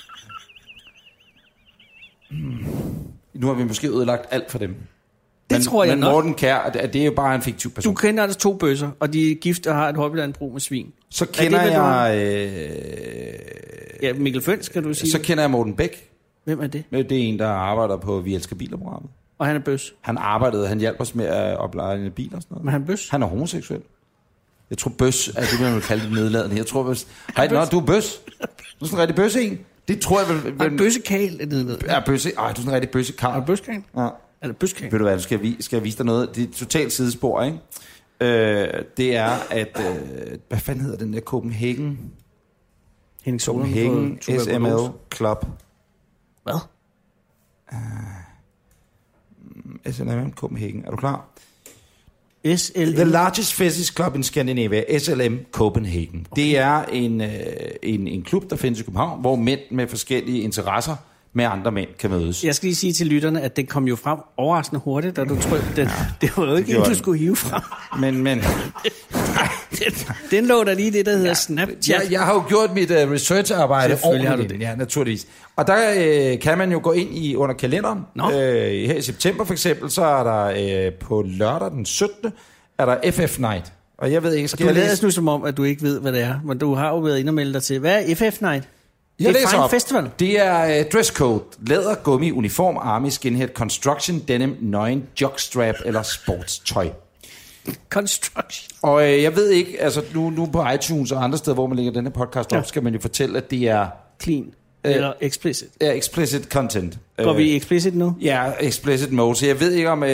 Nu har vi måske ødelagt alt for dem. Tror jeg nok. Men Morten Kjær, det er jo bare en fiktiv person. Du kender altså 2 bøsser, og de er gift og har et hobbylandbrug med svin. Så kender jeg... Ja, Mikkel Føns, kan du sige. Så kender jeg Morten Bæk. Hvem er det? Det er en, der arbejder på Vi Elsker Biler-programmet. Og han er bøs? Han hjalp os med at oplade en bil og sådan noget. Men han er bøs? Han er homoseksuel. Jeg tror bøs er det, man vil kalde det nedladende. Jeg tror, du er bøs. Du er sådan en rigtig bøs en. Det tror jeg vil... Og bøssekal er nedladende. Ja, bøsse. Ej, du er sådan en rigtig bøssekal. Er bøssekal? Ja. Er det bøssekal? Ved du hvad, skal jeg vise dig noget? Det er et totalt sidespor, ikke? Det er, at... hvad fanden hedder den der Copenhagen? Copenhagen SML Club. Hvad? SNM Copenhagen. Er du klar? SLM? The largest fetish club in Scandinavia, SLM Copenhagen. Okay. Det er en klub, der findes i København, hvor mænd med forskellige interesser med andre mænd kan mødes. Jeg skal lige sige til lytterne, at det kom jo frem overraskende hurtigt, da du troede, det var jo ikke en, du skulle hive frem. Men den lå der lige det, der hedder Snapchat. Jeg har jo gjort mit researcharbejde ordentligt. Har du det. Ja, naturligvis. Og der kan man jo gå ind under kalenderen. Her i september for eksempel, så er der på lørdag den 17. er der FF Night. Og jeg ved ikke, skal du lader nu som om, at du ikke ved, hvad det er. Men du har jo været inde og melde dig til. Hvad er FF Night? Det er Fine Festival. Det er dresscode, læder, gummi, uniform, army, skinhead, construction, denim, nøgen, jockstrap eller sportstøj. Construction. Og jeg ved ikke, altså nu på iTunes og andre steder, hvor man lægger denne podcast op, skal man jo fortælle, at det er... Clean. Eller explicit. Ja, explicit content. Går vi explicit nu? Ja, explicit mode. Så jeg ved ikke om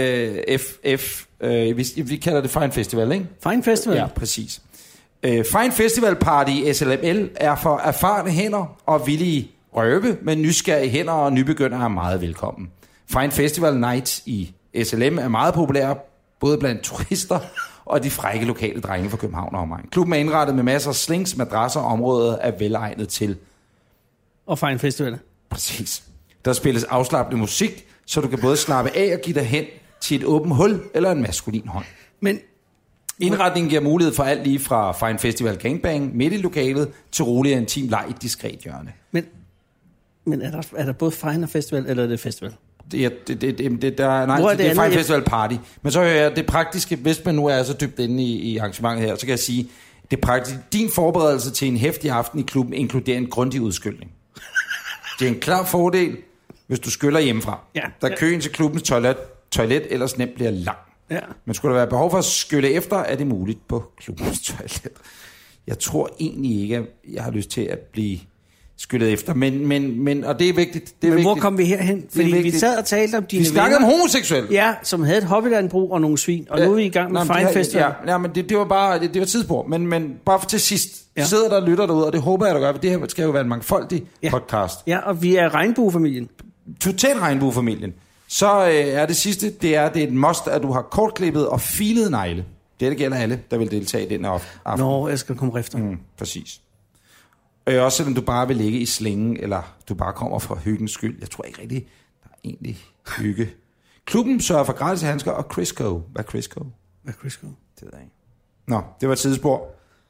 vi kalder det Fine Festival, ikke? Fine Festival? Ja, præcis. Fine Festival Party SLML er for erfarne hænder og villige røve, men nysgerrige hænder og nybegyndere er meget velkommen. Fine Festival Night i SLM er meget populær, både blandt turister og de frække lokale drenge fra København og omegn. Klubben er indrettet med masser af slings, madrasser og områder er velegnet til. Og Fine Festival. Præcis. Der spilles afslappende musik, så du kan både slappe af og give dig hen til et åbent hul eller en maskulin hånd. Men indretningen giver mulighed for alt lige fra Fine Festival Gangbang midt i lokalet til rolig og intim leg i et diskret hjørne. Men er der både Fine og Festival, eller er det festival? Det er Fine Festival Party. Men så hører jeg det praktiske, hvis man nu er så dybt inde i arrangementet her, så kan jeg sige, det praktiske, din forberedelse til en heftig aften i klubben inkluderer en grundig udskyldning. Det er en klar fordel, hvis du skyller hjemmefra. Ja. Der køen til klubbens toilet ellers nemt bliver lang. Ja. Men skulle der være behov for at skylle efter, er det muligt på klubbens toilet. Jeg tror egentlig ikke, at jeg har lyst til at blive skyllet efter, men og det er vigtigt. Det er vigtigt. Hvor kom vi herhen? Fordi vi sad og talte om dine venner. Vi snakkede om homoseksuelle. Ja, som havde et hobbylandbrug og nogle svin, og nu er vi i gang med Fine Festival. Ja, men det var bare det var tidsspor, men bare for til sidst. Ja. Sidder der og lytter derude, og det håber jeg, der gør, for det her skal jo være en mangfoldig podcast. Ja, og vi er regnbuefamilien. Totalt regnbuefamilien. Så er det sidste, det er et must, at du har kortklippet og filet negle. Det gælder alle, der vil deltage i den aften. Nå, jeg skal komme efter. Præcis. Også selvom du bare vil ligge i slingen, eller du bare kommer for hyggens skyld. Jeg tror ikke rigtig, der er egentlig hygge. Klubben sørger for gratis handsker og Crisco. Hvad er Crisco? Hvad er Crisco? Det ved jeg ikke. Nå, det var et sidespor.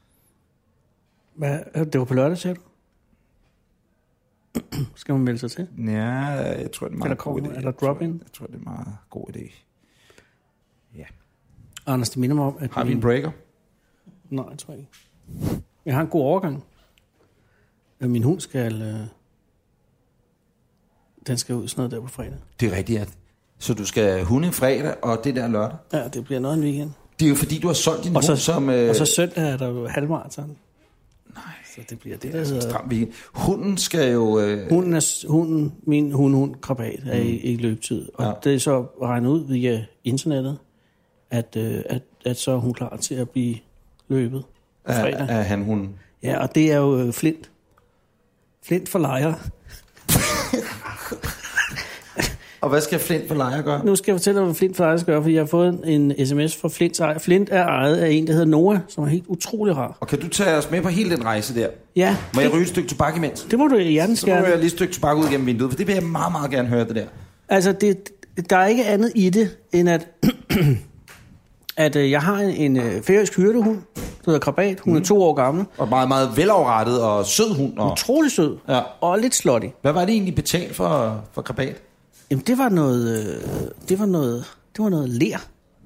Det var på lørdag, siger du? Skal man melde sig til? Ja, jeg tror, det er meget god idé. Eller drop-in? Jeg tror, det er meget god idé. Ja. Anders, det minder mig om, at... Har vi en breaker? Nej, jeg tror ikke. Jeg har en god overgang. Min hund skal... Den skal ud sådan noget der på fredag. Det er rigtigt, ja. Så du skal hunde fredag, og det der lørdag? Ja, det bliver noget en weekend. Det er jo fordi, du har solgt din hund som... Og så søndag er der jo halvmarathon. Nej. Så det bliver det, der hedder... Hunden skal jo... Min hund Krabat er i løbetid. Og det er så regnet ud via internettet, at så er hun klar til at blive løbet fredag. Er han hunden? Ja, og det er jo Flint. Flint for lejre. Og hvad skal Flint for lejre gøre? Nu skal jeg fortælle dig, hvad Flint for lejre skal gøre, for jeg har fået en sms fra Flints ejer. Flint er ejet af en, der hedder Noah, som er helt utrolig rar. Og kan du tage os med på hele den rejse der? Ja. Må jeg ryge et stykke tobak imens? Det må du hjertens gerne. Så må jeg lige et stykke tobak ud gennem vinduet, for det vil jeg meget, meget gerne høre, det der. Altså, der er ikke andet i det, end at jeg har en færøsk hyrdehund, der hedder Krabat. Hun er 2 år gammel. Og meget, meget velafrettet og sød hund. Og... Utrolig sød. Ja. Og lidt slutty. Hvad var det egentlig betalt for Krabat? Jamen, det var noget ler.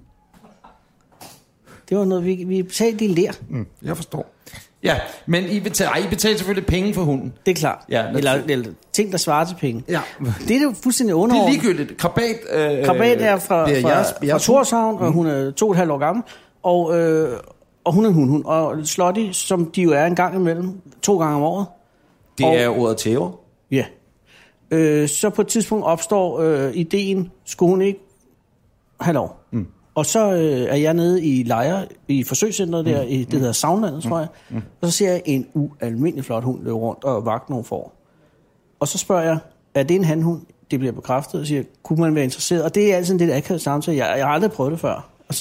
Det var noget, vi betalte i ler. Jeg forstår. Ja, men I betalte selvfølgelig penge for hunden. Det er klart. Ja, eller ting, der svarer til penge. Ja. Det er jo fuldstændig underordnet. Det er ligegyldigt. Krabat er fra Torshavn, og hun er 2,5 år gammel. Og hun er en hundhund. Og Slotty, som de jo er en gang imellem, 2 gange om året. Det er ordet tæver? Ja. Så på et tidspunkt opstår ideen, skulle hun ikke have lov. Og så er jeg nede i Lejre, i forsøgscenteret der, det hedder Savnlandet, tror jeg. Og så ser jeg en ualmindelig flot hund løbe rundt og vagte nogle får. Og så spørger jeg, er det en hanhund? Det bliver bekræftet, og siger, kunne man være interesseret? Og det er altid en lidt akavet samtale. Jeg har aldrig prøvet det før. Og så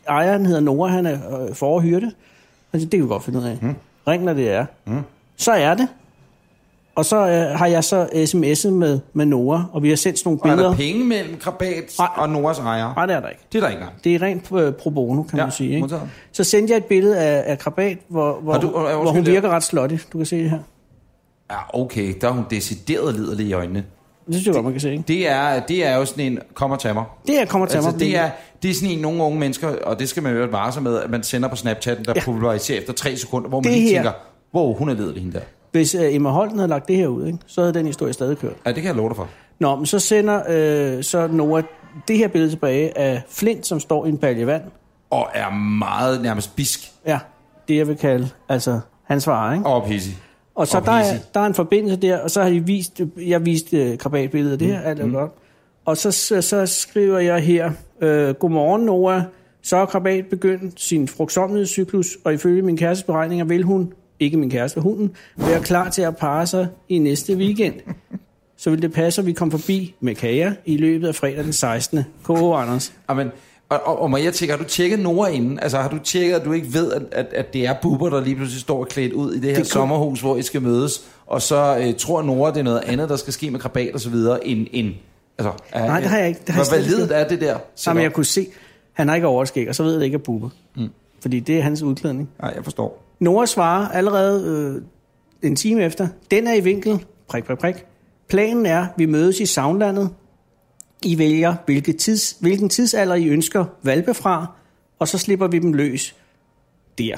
ejeren hedder Nora, han er forhyrte. Altså, det kan vi godt finde ud af. Ring, når det er. Så er det. Og så har jeg så sms'et med Nora, og vi har sendt sådan nogle billeder. Er der penge mellem Krabat og Noras ejer? Nej, det er der ikke. Det er der ikke. Det er rent pro bono, kan man sige. Ikke? Så sendte jeg et billede af Krabat, hvor hun virker ret slutty. Du kan se det her. Ja, okay. Der er hun decideret liderlig i øjnene. Det synes jeg godt, man kan se, ikke? Det er jo sådan en kom og tag mig. Det er kom og tag mig. Altså, det er sådan en nogle unge mennesker, og det skal man jo vare sig med, at man sender på Snapchatten, der populariserer efter 3 sekunder, hvor man lige tænker, wow, hun er liderlig hende der. Hvis Emma Holten havde lagt det her ud, ikke, så havde den historie stadig kørt. Ja, det kan jeg love dig for. Nå, men så sender så Nora det her billede tilbage af Flint, som står i en balje vand. Og er meget nærmest bisk. Ja, det jeg vil kalde, altså hans far, ikke? Og pissig. Og så der er en forbindelse der, og så har jeg vist Krabat-billedet af det her, alt er godt. Og så skriver jeg her, godmorgen Nora, så er Krabat begyndt sin frugtsomlighedscyklus, og ifølge min kærestes beregninger vil hun, ikke min kæreste, hunden, være klar til at parre sig i næste weekend. Så vil det passe, at vi kommer forbi med kager i løbet af fredag den 16. K.O. Anders. Amen. Og må jeg tænke, har du tjekket Nora inden? Altså har du tjekket, at du ikke ved, at det er Bubber, der lige pludselig står klædt ud i det her sommerhus, hvor I skal mødes, og så tror Nora, det er noget andet, der skal ske med Krabat og så videre, end altså, nej, det har jeg ikke. Hvor validt er det der? Jamen, jeg kunne se, han har ikke overskæg, og så ved jeg ikke, at Bubber. Fordi det er hans udklædning. Nej, jeg forstår. Nora svarer allerede en time efter, den er i vinkel, prik, prik, prik. Planen er, vi mødes i Soundlandet. I vælger, hvilken tidsalder I ønsker valpe fra, og så slipper vi dem løs der.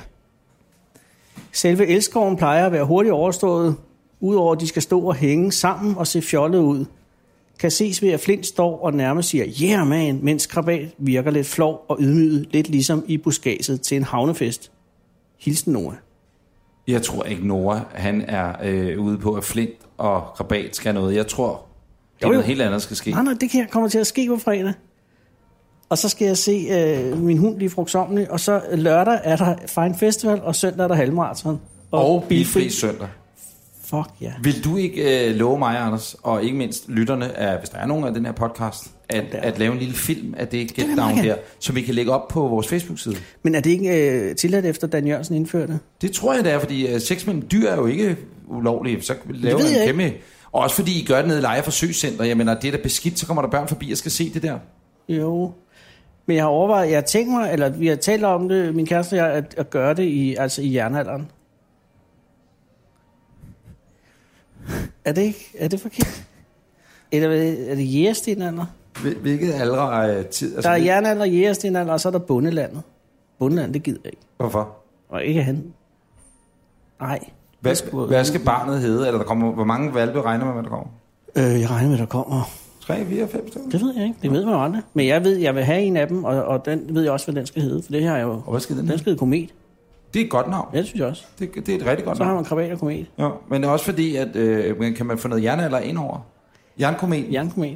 Selve elskoven plejer at være hurtigt overstået, udover at de skal stå og hænge sammen og se fjollet ud. Kan ses ved, at Flint står og nærmest siger, yeah man, mens Krabat virker lidt flov og ydmyget, lidt ligesom i buskadset til en havnefest. Hilsen Nora. Jeg tror ikke, Nora, han er ude på, at Flint og Krabat skal noget. Jeg tror, det er noget helt andet, skal ske. Nej, det kommer til at ske på fredag. Og så skal jeg se min hund blive frugtsomlig, og så lørdag er der Fine Festival, og søndag er der halvmarathon. Og bilfri søndag. Fuck ja. Yeah. Vil du ikke love mig, Anders, og ikke mindst lytterne, hvis der er nogen af den her podcast, at lave en lille film af det Get Down der, som vi kan lægge op på vores Facebook-side? Men er det ikke tilladt efter Dan Jørgensen indførte? Det tror jeg, det er, fordi sex mellem dyr er jo ikke ulovligt. Så laver en kæmpe... Og også fordi I gør det nede i Leje Forsøgscenter. Jeg mener, det er da beskidt, så kommer der børn forbi og skal se det der. Jo. Men jeg har overvejet, vi har talt om det, min kæreste og jeg, at gøre det i jernalderen. Er det forkert? Eller er det jægerstenalder? Hvilket alder er tid? Altså, der er jernalder, jægerstenalder, og så er der bundelandet. Bundelandet, det gider jeg ikke. Hvorfor? Og ikke han. Nej. Hvad skal barnet hedde? Eller hvor mange valpe regner man med, der kommer? Jeg regner med, der kommer 3, 4, 5 stykker. Det ved jeg ikke. Det ved man jo aldrig. Men jeg vil have en af dem, og den ved jeg også, hvad den skal hedde. For det her er jo... Og hvad skal den skal hedde Komet. Det er et godt navn. Ja, det synes jeg også. Det er et rigtig godt navn. Så har man Krabat og Komet. Ja, men det er også fordi, at kan man få noget jernalder indover? Jernkomet. Jernkomet.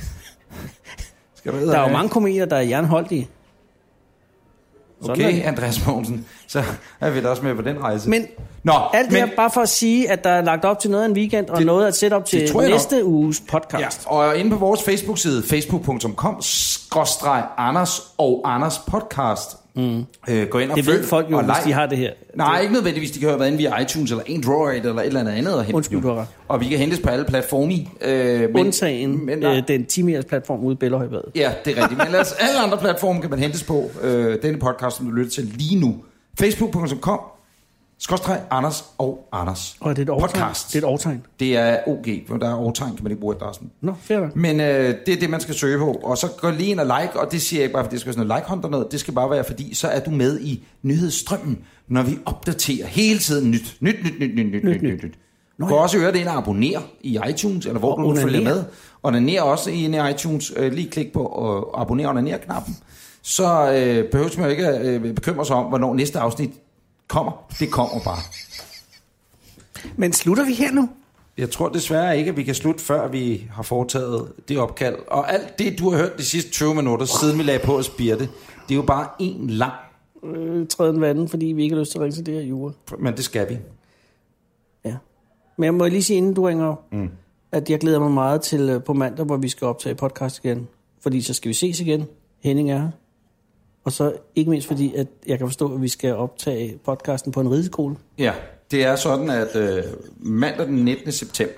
Der er jo mange kometer, der er jernholdige. Okay, Andreas Mogensen, så er vi da også med på den rejse. Men alt det her bare for at sige, at der er lagt op til noget af en weekend, og noget at sætte op til næste uges podcast. Ja, og inde på vores Facebook-side, facebook.com/Anders og Anders podcast. Gå ind og det ved folk jo, hvis de har det her. Nej, ikke nødvendigvis. De kan jo have været inde via iTunes eller Android eller et eller andet og hente. Undskyld, du har ret. Og vi kan hentes på alle platforme. Undtagen den 10-meters platform ude i Bellahøjbadet. Ja, det er rigtigt. Men ellers alle andre platforme kan man hentes på. Denne podcast, som du lytter til lige nu. Facebook.com/Anders og Anders. Og det er et podcast. Det er et årtegn. Det er OG, for der er årtegn, kan man ikke bruge adressen. Nå, fair. Men det er det, man skal søge på. Og så gå lige ind og like, og det siger jeg ikke bare, fordi det skal være sådan noget like-hunter noget. Det skal bare være, fordi så er du med i nyhedsstrømmen, når vi opdaterer hele tiden nyt. Gå også øre det ind og abonner i iTunes, eller hvor du nu følger med. Onaner også inde i iTunes. Lige klik på abonner onaner-knappen. Så behøver man jo ikke at bekymre sig om, hvornår næste afsnit kommer. Det kommer bare. Men slutter vi her nu? Jeg tror desværre ikke, at vi kan slutte, før vi har foretaget det opkald. Og alt det, du har hørt de sidste 20 minutter, siden vi lagde på at spire det, det er jo bare en lang... træden vandet, fordi vi ikke har lyst til at ringe til det her jure. Men det skal vi. Ja. Men jeg må lige sige, inden du ringer, at jeg glæder mig meget til på mandag, hvor vi skal optage podcast igen. Fordi så skal vi ses igen. Henning er her. Og så ikke mindst fordi, at jeg kan forstå, at vi skal optage podcasten på en rideskole. Ja, det er sådan, at mandag den 19. september,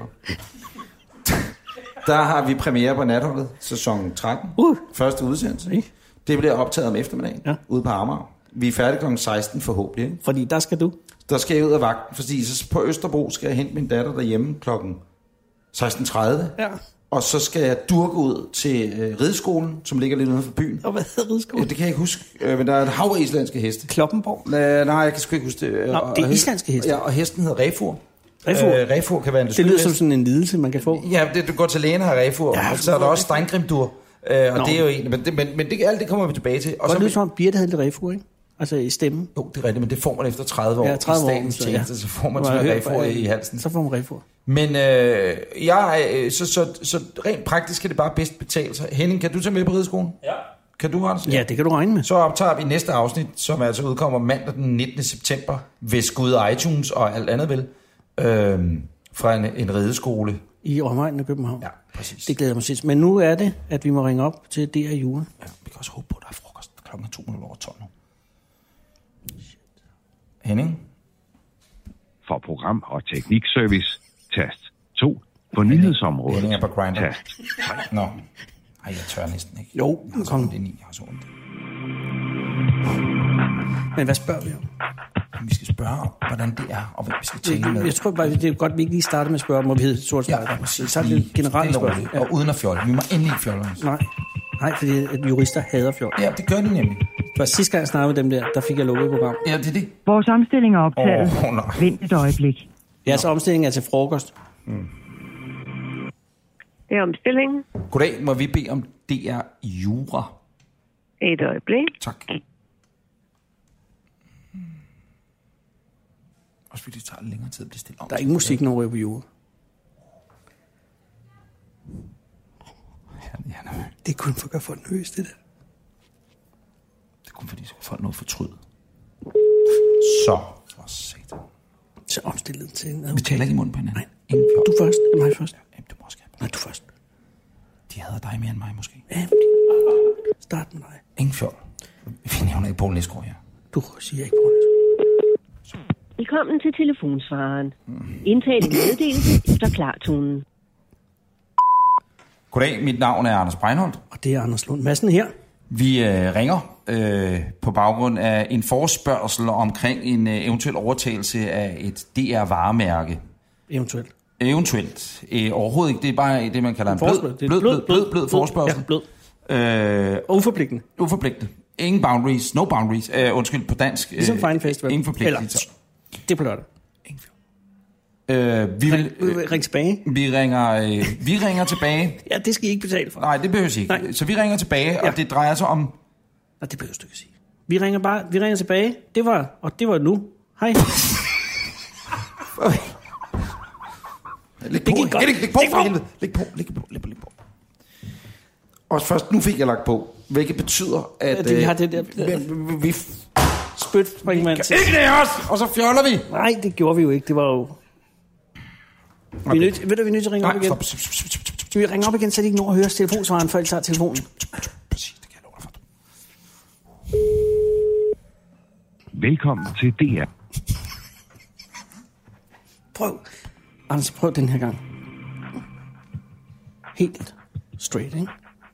der har vi premiere på Natholdet, sæson 13. Første udsendelse. Det bliver optaget om eftermiddagen, ude på Amager. Vi er færdige kl. 16 forhåbentlig. Ikke? Fordi der skal du? Der skal jeg ud af vagten, fordi så på Østerbro skal jeg hente min datter derhjemme kl. 16.30. Ja. Og så skal jeg durke ud til rideskolen, som ligger lidt uden for byen. Og hvad hedder rideskolen? Ja, det kan jeg ikke huske, men der er et hav af islandske heste. Kloppenborg? Nej, jeg kan sgu ikke huske det. Nå, det er islandske heste? Ja, og hesten hedder Refur. Refur? Kan være en det lyder som sådan en lidelse, man kan få. Ja, du går til lægen og har Refur, og så er der også Steingrimdur. Og det er jo en, men alt det kommer vi tilbage til. Og så lyder som Birte havde lidt Refur, ikke? Altså i stemmen. Jo, det er rigtigt, men det får man efter 30 år. Ja, 30 år. I statens tjeneste, så får man sådan en Refur i halsen. Så får man Refur. Men så rent praktisk er det bare bedst betale sig. Henning, kan du tage med på rideskolen? Ja. Kan du, Anders? Ja, det kan du regne med. Så optager vi næste afsnit, som altså udkommer mandag den 19. september, hvis Gud iTunes og alt andet vil, fra en rideskole. I omegnen af København. Ja, præcis. Det glæder mig sidst. Men nu er det, at vi må ringe op til DR Jura. Ja, vi kan også håbe på, at der er frokost klokken 2:12 nu. Henning? For program- og teknikservice, tast 2. For nyhedsområdet, Henning er på Grindr. tast 3. Nå. Ej, jeg tør næsten ikke. Jo, kom. Det er 9, jeg har så ondt. Men hvad spørger vi om? Vi skal spørge om, hvordan det er, og hvad vi skal tale med. Jeg tror bare, det er godt, at vi ikke lige starter med at spørge om, hvor vi hedder sort spejder. Ja, præcis. Så er det generelt spørgsmål. Ja. Og uden at fjolle. Vi må endelig ikke fjolle os. Nej, fordi at jurister hader fjol. Ja, det gør de nemlig. For sidste gang jeg snakkede med dem der fik jeg lukket program. Ja, det er det. Vores omstilling er optaget. Vent et øjeblik. Jeres omstilling er til frokost. Det er omstillingen. Goddag, må vi bede om DR Jura? Et øjeblik. Tak. Også fordi det tager længere tid at blive stille om. Der er ingen musik når på Jura. Det er kun for at gøre folk nervøse, det der. Det er kun fordi, folk noget fortryde. Så. For satan. Så omstillet til noget. Vi taler ikke i munden på hinanden. Nej. Du først. Det er mig først. Ja, du må også gerne. Nej, du først. De hader dig mere end mig, måske. Ja, start med dig. Ingen fjol. Vi nævner ikke Poul Næsgaard her. Du siger ikke Poul Næsgaard. Velkommen til telefonsvareren. Indtal en meddelelse efter klartonen. Goddag, mit navn er Anders Breinholt. Og det er Anders Lund Madsen her. Vi ringer på baggrund af en forespørgsel omkring en eventuel overtagelse af et DR-varemærke. Eventuelt. Eventuelt. Overhovedet ikke. Det er bare det, man kalder en blød forespørgsel. Ja, blød. Uforpligtende. Uforpligtende. Ingen boundaries. No boundaries. Undskyld, på dansk. Ligesom Fine Festival. Ingen forpligtelser. Det er på lørdag. Ingen vi vil ring tilbage. Vi ringer tilbage. Ja, det skal I ikke betale for. Nej, det behøver I ikke. Nej. Så vi ringer tilbage, og det drejer sig om... Nej, det behøver du ikke sige. Vi ringer tilbage. Det var nu. Hej. Læg på. Og først, nu fik jeg lagt på, hvilket betyder, at... vi har det der... Vi spytspringmand til. Ikke det også! Og så fjoller vi! Nej, det gjorde vi jo ikke. Det var jo... Okay. Vi er nødt til at ringe op igen. Stop. Vi ringer op igen, så de ikke når at høre telefonsvaren, før de tager telefonen. Præcis, det kan jeg love dig for. Velkommen til DR. Prøv. Anders, prøv den her gang. Helt straight, ikke?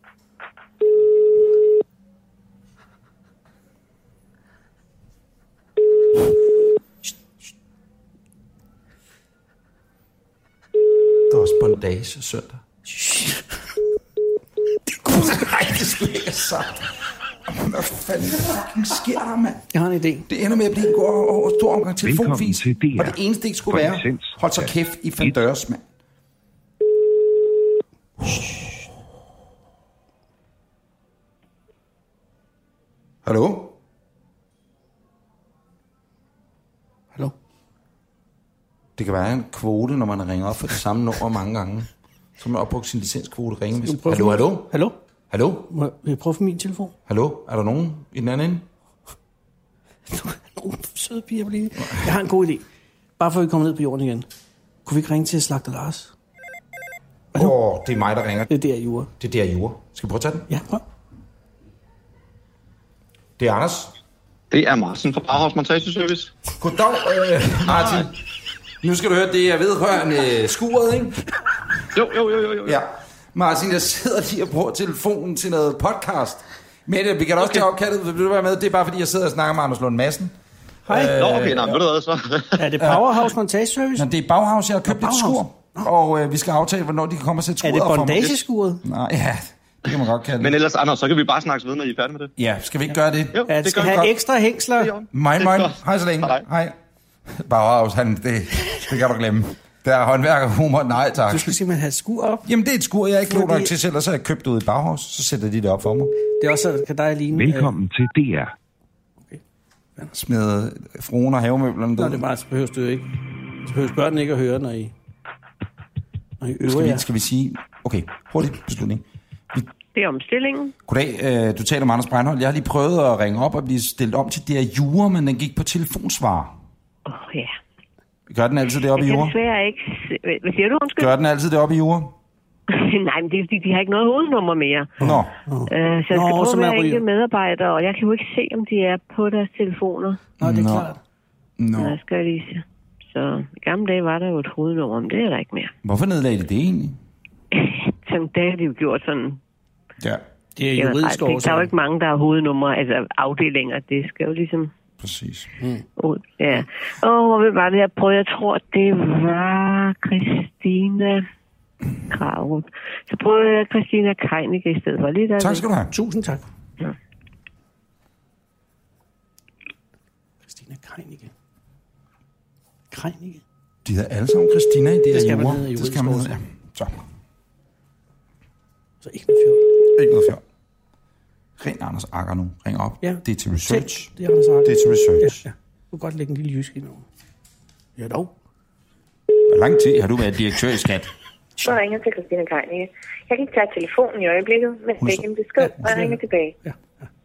Der var spondage søndag. Nej, det skulle jeg ikke have sagt. Hvad fanden fucking sker der, mand? Jeg har en idé. Det ender med at blive en stor omgang telefonvis. Og det eneste ikke skulle være, hold så kæft i fandørs, mand. Hallo? Hallo? Det kan være en kvote, når man ringer op for det samme nummer mange gange. Så man opbrugt sin licenskvote ringe. Hallo? Må jeg prøve for min telefon? Hallo? Er der nogen i den anden ende? Nogle søde piger blive. Jeg har en god idé. Bare for at vi kommer ned på jorden igen. Kunne vi ikke ringe til Slagter Lars? Det er mig, der ringer. Det er DR Jura. Det er DR Jura. Skal vi prøve at tage den? Ja, prøv. Det er Anders. Det er Martin fra Bauhaus Montageservice. Goddag, Martin. Nu skal du høre, det er vedrørende skuret, ikke? Jo. Ja. Martin, jeg sidder lige og bruger telefonen til noget podcast. Men vi kan da også tage opkaldet, vil du være med? Det er bare fordi, jeg sidder og snakker med Anders Lund Madsen. Hej. Okay, ved du hvad så? Er det Bauhaus Montageservice? Det er Bauhaus, jeg har købt et skur. Og vi skal aftale, hvornår de kan komme og sætte skuret op for mig. Er det bondageskuret? Nej, ja, det kan man godt kalde det. Men ellers, Anders, så kan vi bare snakke videre, når I er færdige med det. Ja, skal vi ikke gøre det? Jo, det skal have ekstra hængsler. Moin. Hej så længe. Hej. Bauhaus, det kan du glemme. Der er håndværkerhumor, nej tak. Du skal simpelthen have et skur op? Jamen, det er et skur, jeg er ikke klog nok til selv, og så har jeg købt ud i Bauhaus, så sætter de det op for mig. Det er også, kan dig ligne... Velkommen til DR. Okay. Smed fruen og havemøblerne der. Nå, det er bare, så behøver du ikke. Så behøver børnene ikke at høre, når I øver skal vi sige... Okay, hurtig beslutning. Det er omstillingen. Goddag, du taler med Anders Breinholt. Jeg har lige prøvet at ringe op og blive stillet om til DR Jura, men den gik på telefonsvar. Ja. Gør den altid det oppe i Jura? Jeg kan desværre ikke... Hvad siger du, undskyld? Gør den altid det oppe i Jura? Nej, men det er fordi, de har ikke noget hovednummer mere. Nå. Så jeg skal prøve at være ikke medarbejder, og jeg kan jo ikke se, om de er på deres telefoner. Nå, det er klart. Nå. Jeg skal lige se. Så i gamle dage var der jo et hovednummer, men det er der ikke mere. Hvorfor nedlagde de det egentlig? Sådan, det har de jo gjort sådan... Ja. Det er juridisk årsager. Der er jo ikke mange, der har hovednummer, altså afdelinger. Det skal jo ligesom... Præcis. Ja. Hvor var det, jeg prøvede? Jeg tror, det var Christina Krarup. Så prøvede jeg Christina Kreinicke i stedet for. Lige der. Tak skal du have. Tusind tak. Ja. Christina Kreinicke. Kreinicke? De hedder alle sammen Christina i det skal Jura. Det skal man hedde, ja. Så ikke noget fjol. Ikke noget fjol. Ring Anders Agger nu. Ring op. Ja. Det er til research. Det er Anders Agger. Det er til research. Ja. Du kan godt lægge en lille jysk ind over. Ja dog. Hvor lang tid har du været direktør i Skat? Så ringer til Christina Kreinicke. Jeg kan ikke tage telefonen i øjeblikket, men det er en besked, og jeg ringer tilbage. Ja.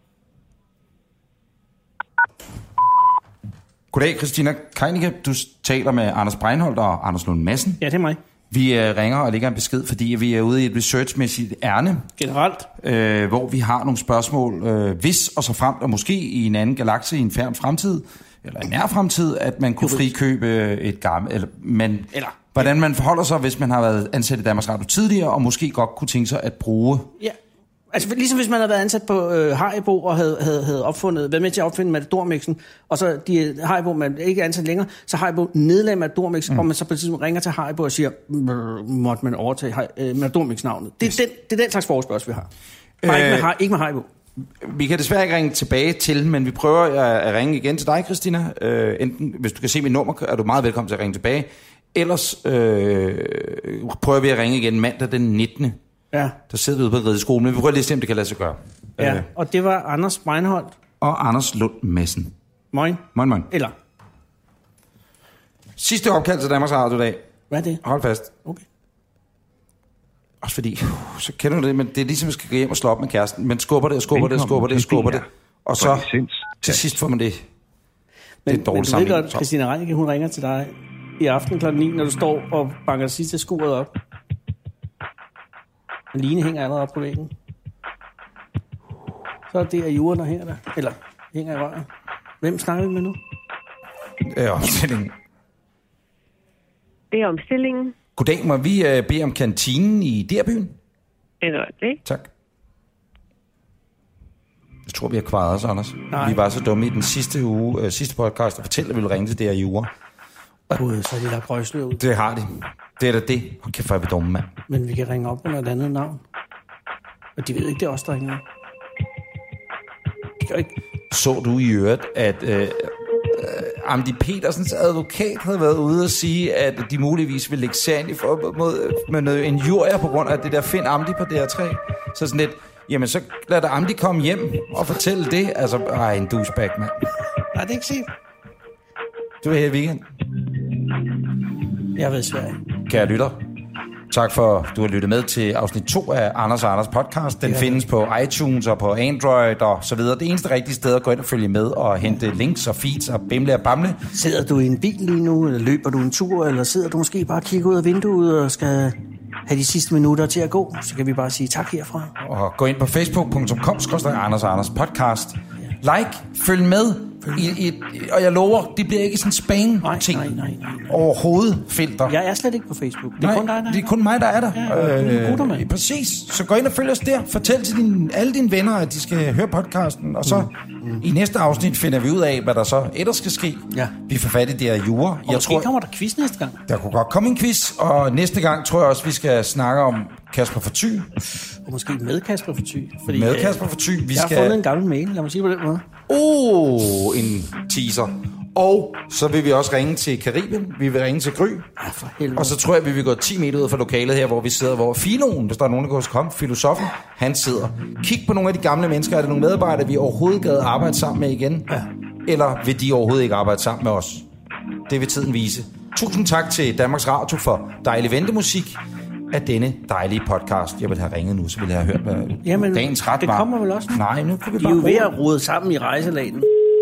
Goddag, Christina Kreinicke. Du taler med Anders Breinholt og Anders Lund Madsen. Ja, det er mig. Vi ringer og lægger en besked, fordi vi er ude i et researchmæssigt ærne. Generelt. Hvor vi har nogle spørgsmål, hvis og så fremt, og måske i en anden galakse i en fjern fremtid, eller en nær fremtid, at man kunne frikøbe et gammelt... Eller hvordan man forholder sig, hvis man har været ansat i Danmarks Radio tidligere, og måske godt kunne tænke sig at bruge... Ja. Altså ligesom hvis man havde været ansat på Haribo og havde været med til at opfinde Matador-mixen, og så Haribo, man ikke er ansat længere, så Haribo nedlagde Matador-mixen, og man så på et tidspunkt ringer til Haribo og siger, måtte man overtage Matador-mix-navnet. Det er den slags forespørgsel, vi har. Bare ikke med Haribo. Vi kan desværre ikke ringe tilbage til, men vi prøver at ringe igen til dig, Christina. Enten, hvis du kan se mit nummer, er du meget velkommen til at ringe tilbage. Ellers prøver vi at ringe igen mandag den 19. Ja. Der sidder vi ude på rideskolen, men vi prøver lige at se, om det kan lade sig gøre. Ja, og det var Anders Breinholt. Og Anders Lund Madsen. Moin. Moin. Eller? Sidste opkald til Danmarks Radio i dag. Hvad er det? Hold fast. Okay. Også fordi, så kender du det, men det er ligesom, at skal gå hjem og slå op med kæresten. Men skubber det. Og så til sidst får man det. Det er dårligt sammen. Men du ved godt, Christina Kreinicke, hun ringer til dig i aften kl. 9, når du står og banker sidste skuret op. Line hænger allerede op på væggen. Så er det af Jura, der hænger der. Eller hænger i røret. Hvem snakker vi med nu? Det er omstillingen. Det er omstillingen. Goddag, må vi bede om kantinen i DR-byen? Det. Tak. Jeg tror, vi har kvaret os, Anders. Nej. Vi var så dumme i den sidste podcast, og fortælle, at vi ville ringe til DR Jura. Gud, så er de der grøjsløb ud. Det har de. Det er da det. Hold kæft, hvor er vi dumme, mand. Men vi kan ringe op under et andet navn. Og de ved ikke, det er os, der ringer. De kan ikke. Så du i øvrigt, at Amdi Petersens advokat havde været ude og sige, at de muligvis ville lægge sagen med noget injurier på grund af det der Find Amdi på DR3. Så sådan lidt, jamen så lad da Amdi komme hjem og fortælle det. Altså, en douchebag, mand. Nej, det er ikke set. Du er her i weekend. Jeg ved Sverige. Kære lytter, tak for, at du har lyttet med til afsnit 2 af Anders og Anders podcast. Den findes på iTunes og på Android og så videre. Det eneste rigtige sted at gå ind og følge med og hente links og feeds og bimle og bamle. Sidder du i en bil lige nu, eller løber du en tur, eller sidder du måske bare og kigger ud af vinduet og skal have de sidste minutter til at gå, så kan vi bare sige tak herfra. Og gå ind på facebook.com/Anders og Anders podcast. Like, følg med. Og jeg lover, det bliver ikke sådan spam-ting. Nej. Overhovedet filter. Jeg er slet ikke på Facebook. Det er kun dig, der er. Det er kun mig, der er der. Ja, præcis. Så gå ind og følg os der. Fortæl til alle dine venner, at de skal høre podcasten. Og så i næste afsnit finder vi ud af, hvad der så ellers skal ske. Ja. Vi får fat i det her jura. Og måske kommer der quiz næste gang. Der kunne godt komme en quiz. Og næste gang tror jeg også, vi skal snakke om Kasper for Thy. Og måske med Kasper for Thy. Med Kasper for Thy. Jeg har fundet en gammel mail, lad mig sige på den måde. En teaser. Og så vil vi også ringe til Karibien. Vi vil ringe til Gry. For helvede. Og så tror jeg, vi vil gå 10 meter ud fra lokalet her, hvor vi sidder, hvor Filoen, hvis der er nogen, der går til komme, filosofen, han sidder. Kig på nogle af de gamle mennesker. Er det nogle medarbejdere, vi overhovedet gad arbejde sammen med igen? Ja. Eller vil de overhovedet ikke arbejde sammen med os? Det vil tiden vise. Tusind tak til Danmarks Radio for dejlig ventemusik af denne dejlige podcast. Jeg vil have ringet nu, så vil jeg have hørt, hvad dagens ret var. Det kommer vel også? Nej, nu kan vi bare... De er jo ved at rode sammen i rejselagen.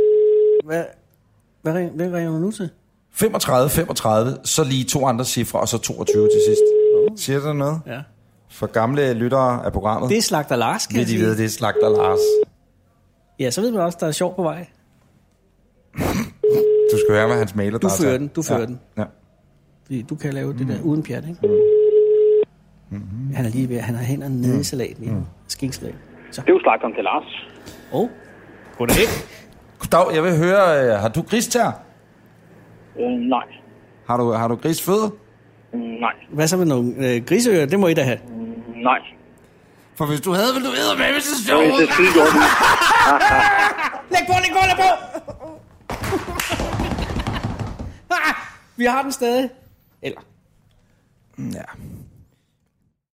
Hvad ringer du nu til? 35, så lige 2 andre cifre, og så 22 til sidst. Siger du noget? Ja. For gamle lyttere af programmet. Det er Slagter Lars, kan jeg sige. Det er Slagter Lars. Ja, så ved man også, der er sjov på vej. Du skal høre, hvad hans mailer der er. Du fører den. Ja. Fordi du kan lave det der uden pjat, ikke? Han er lige ved, han har hænderne nede i salaten i skinksalat. Det er jo Slagteren til Lars. Goddag. Goddag, jeg vil høre, har du gristær? Nej. Har du grisfødder? Nej. Hvad så med nogle griseører? Det må I da have. Nej. For hvis du havde, ville du æde med, hvis det er sjovt. Det er skide godt. Læg på! Vi har den stadig. Eller? Ja.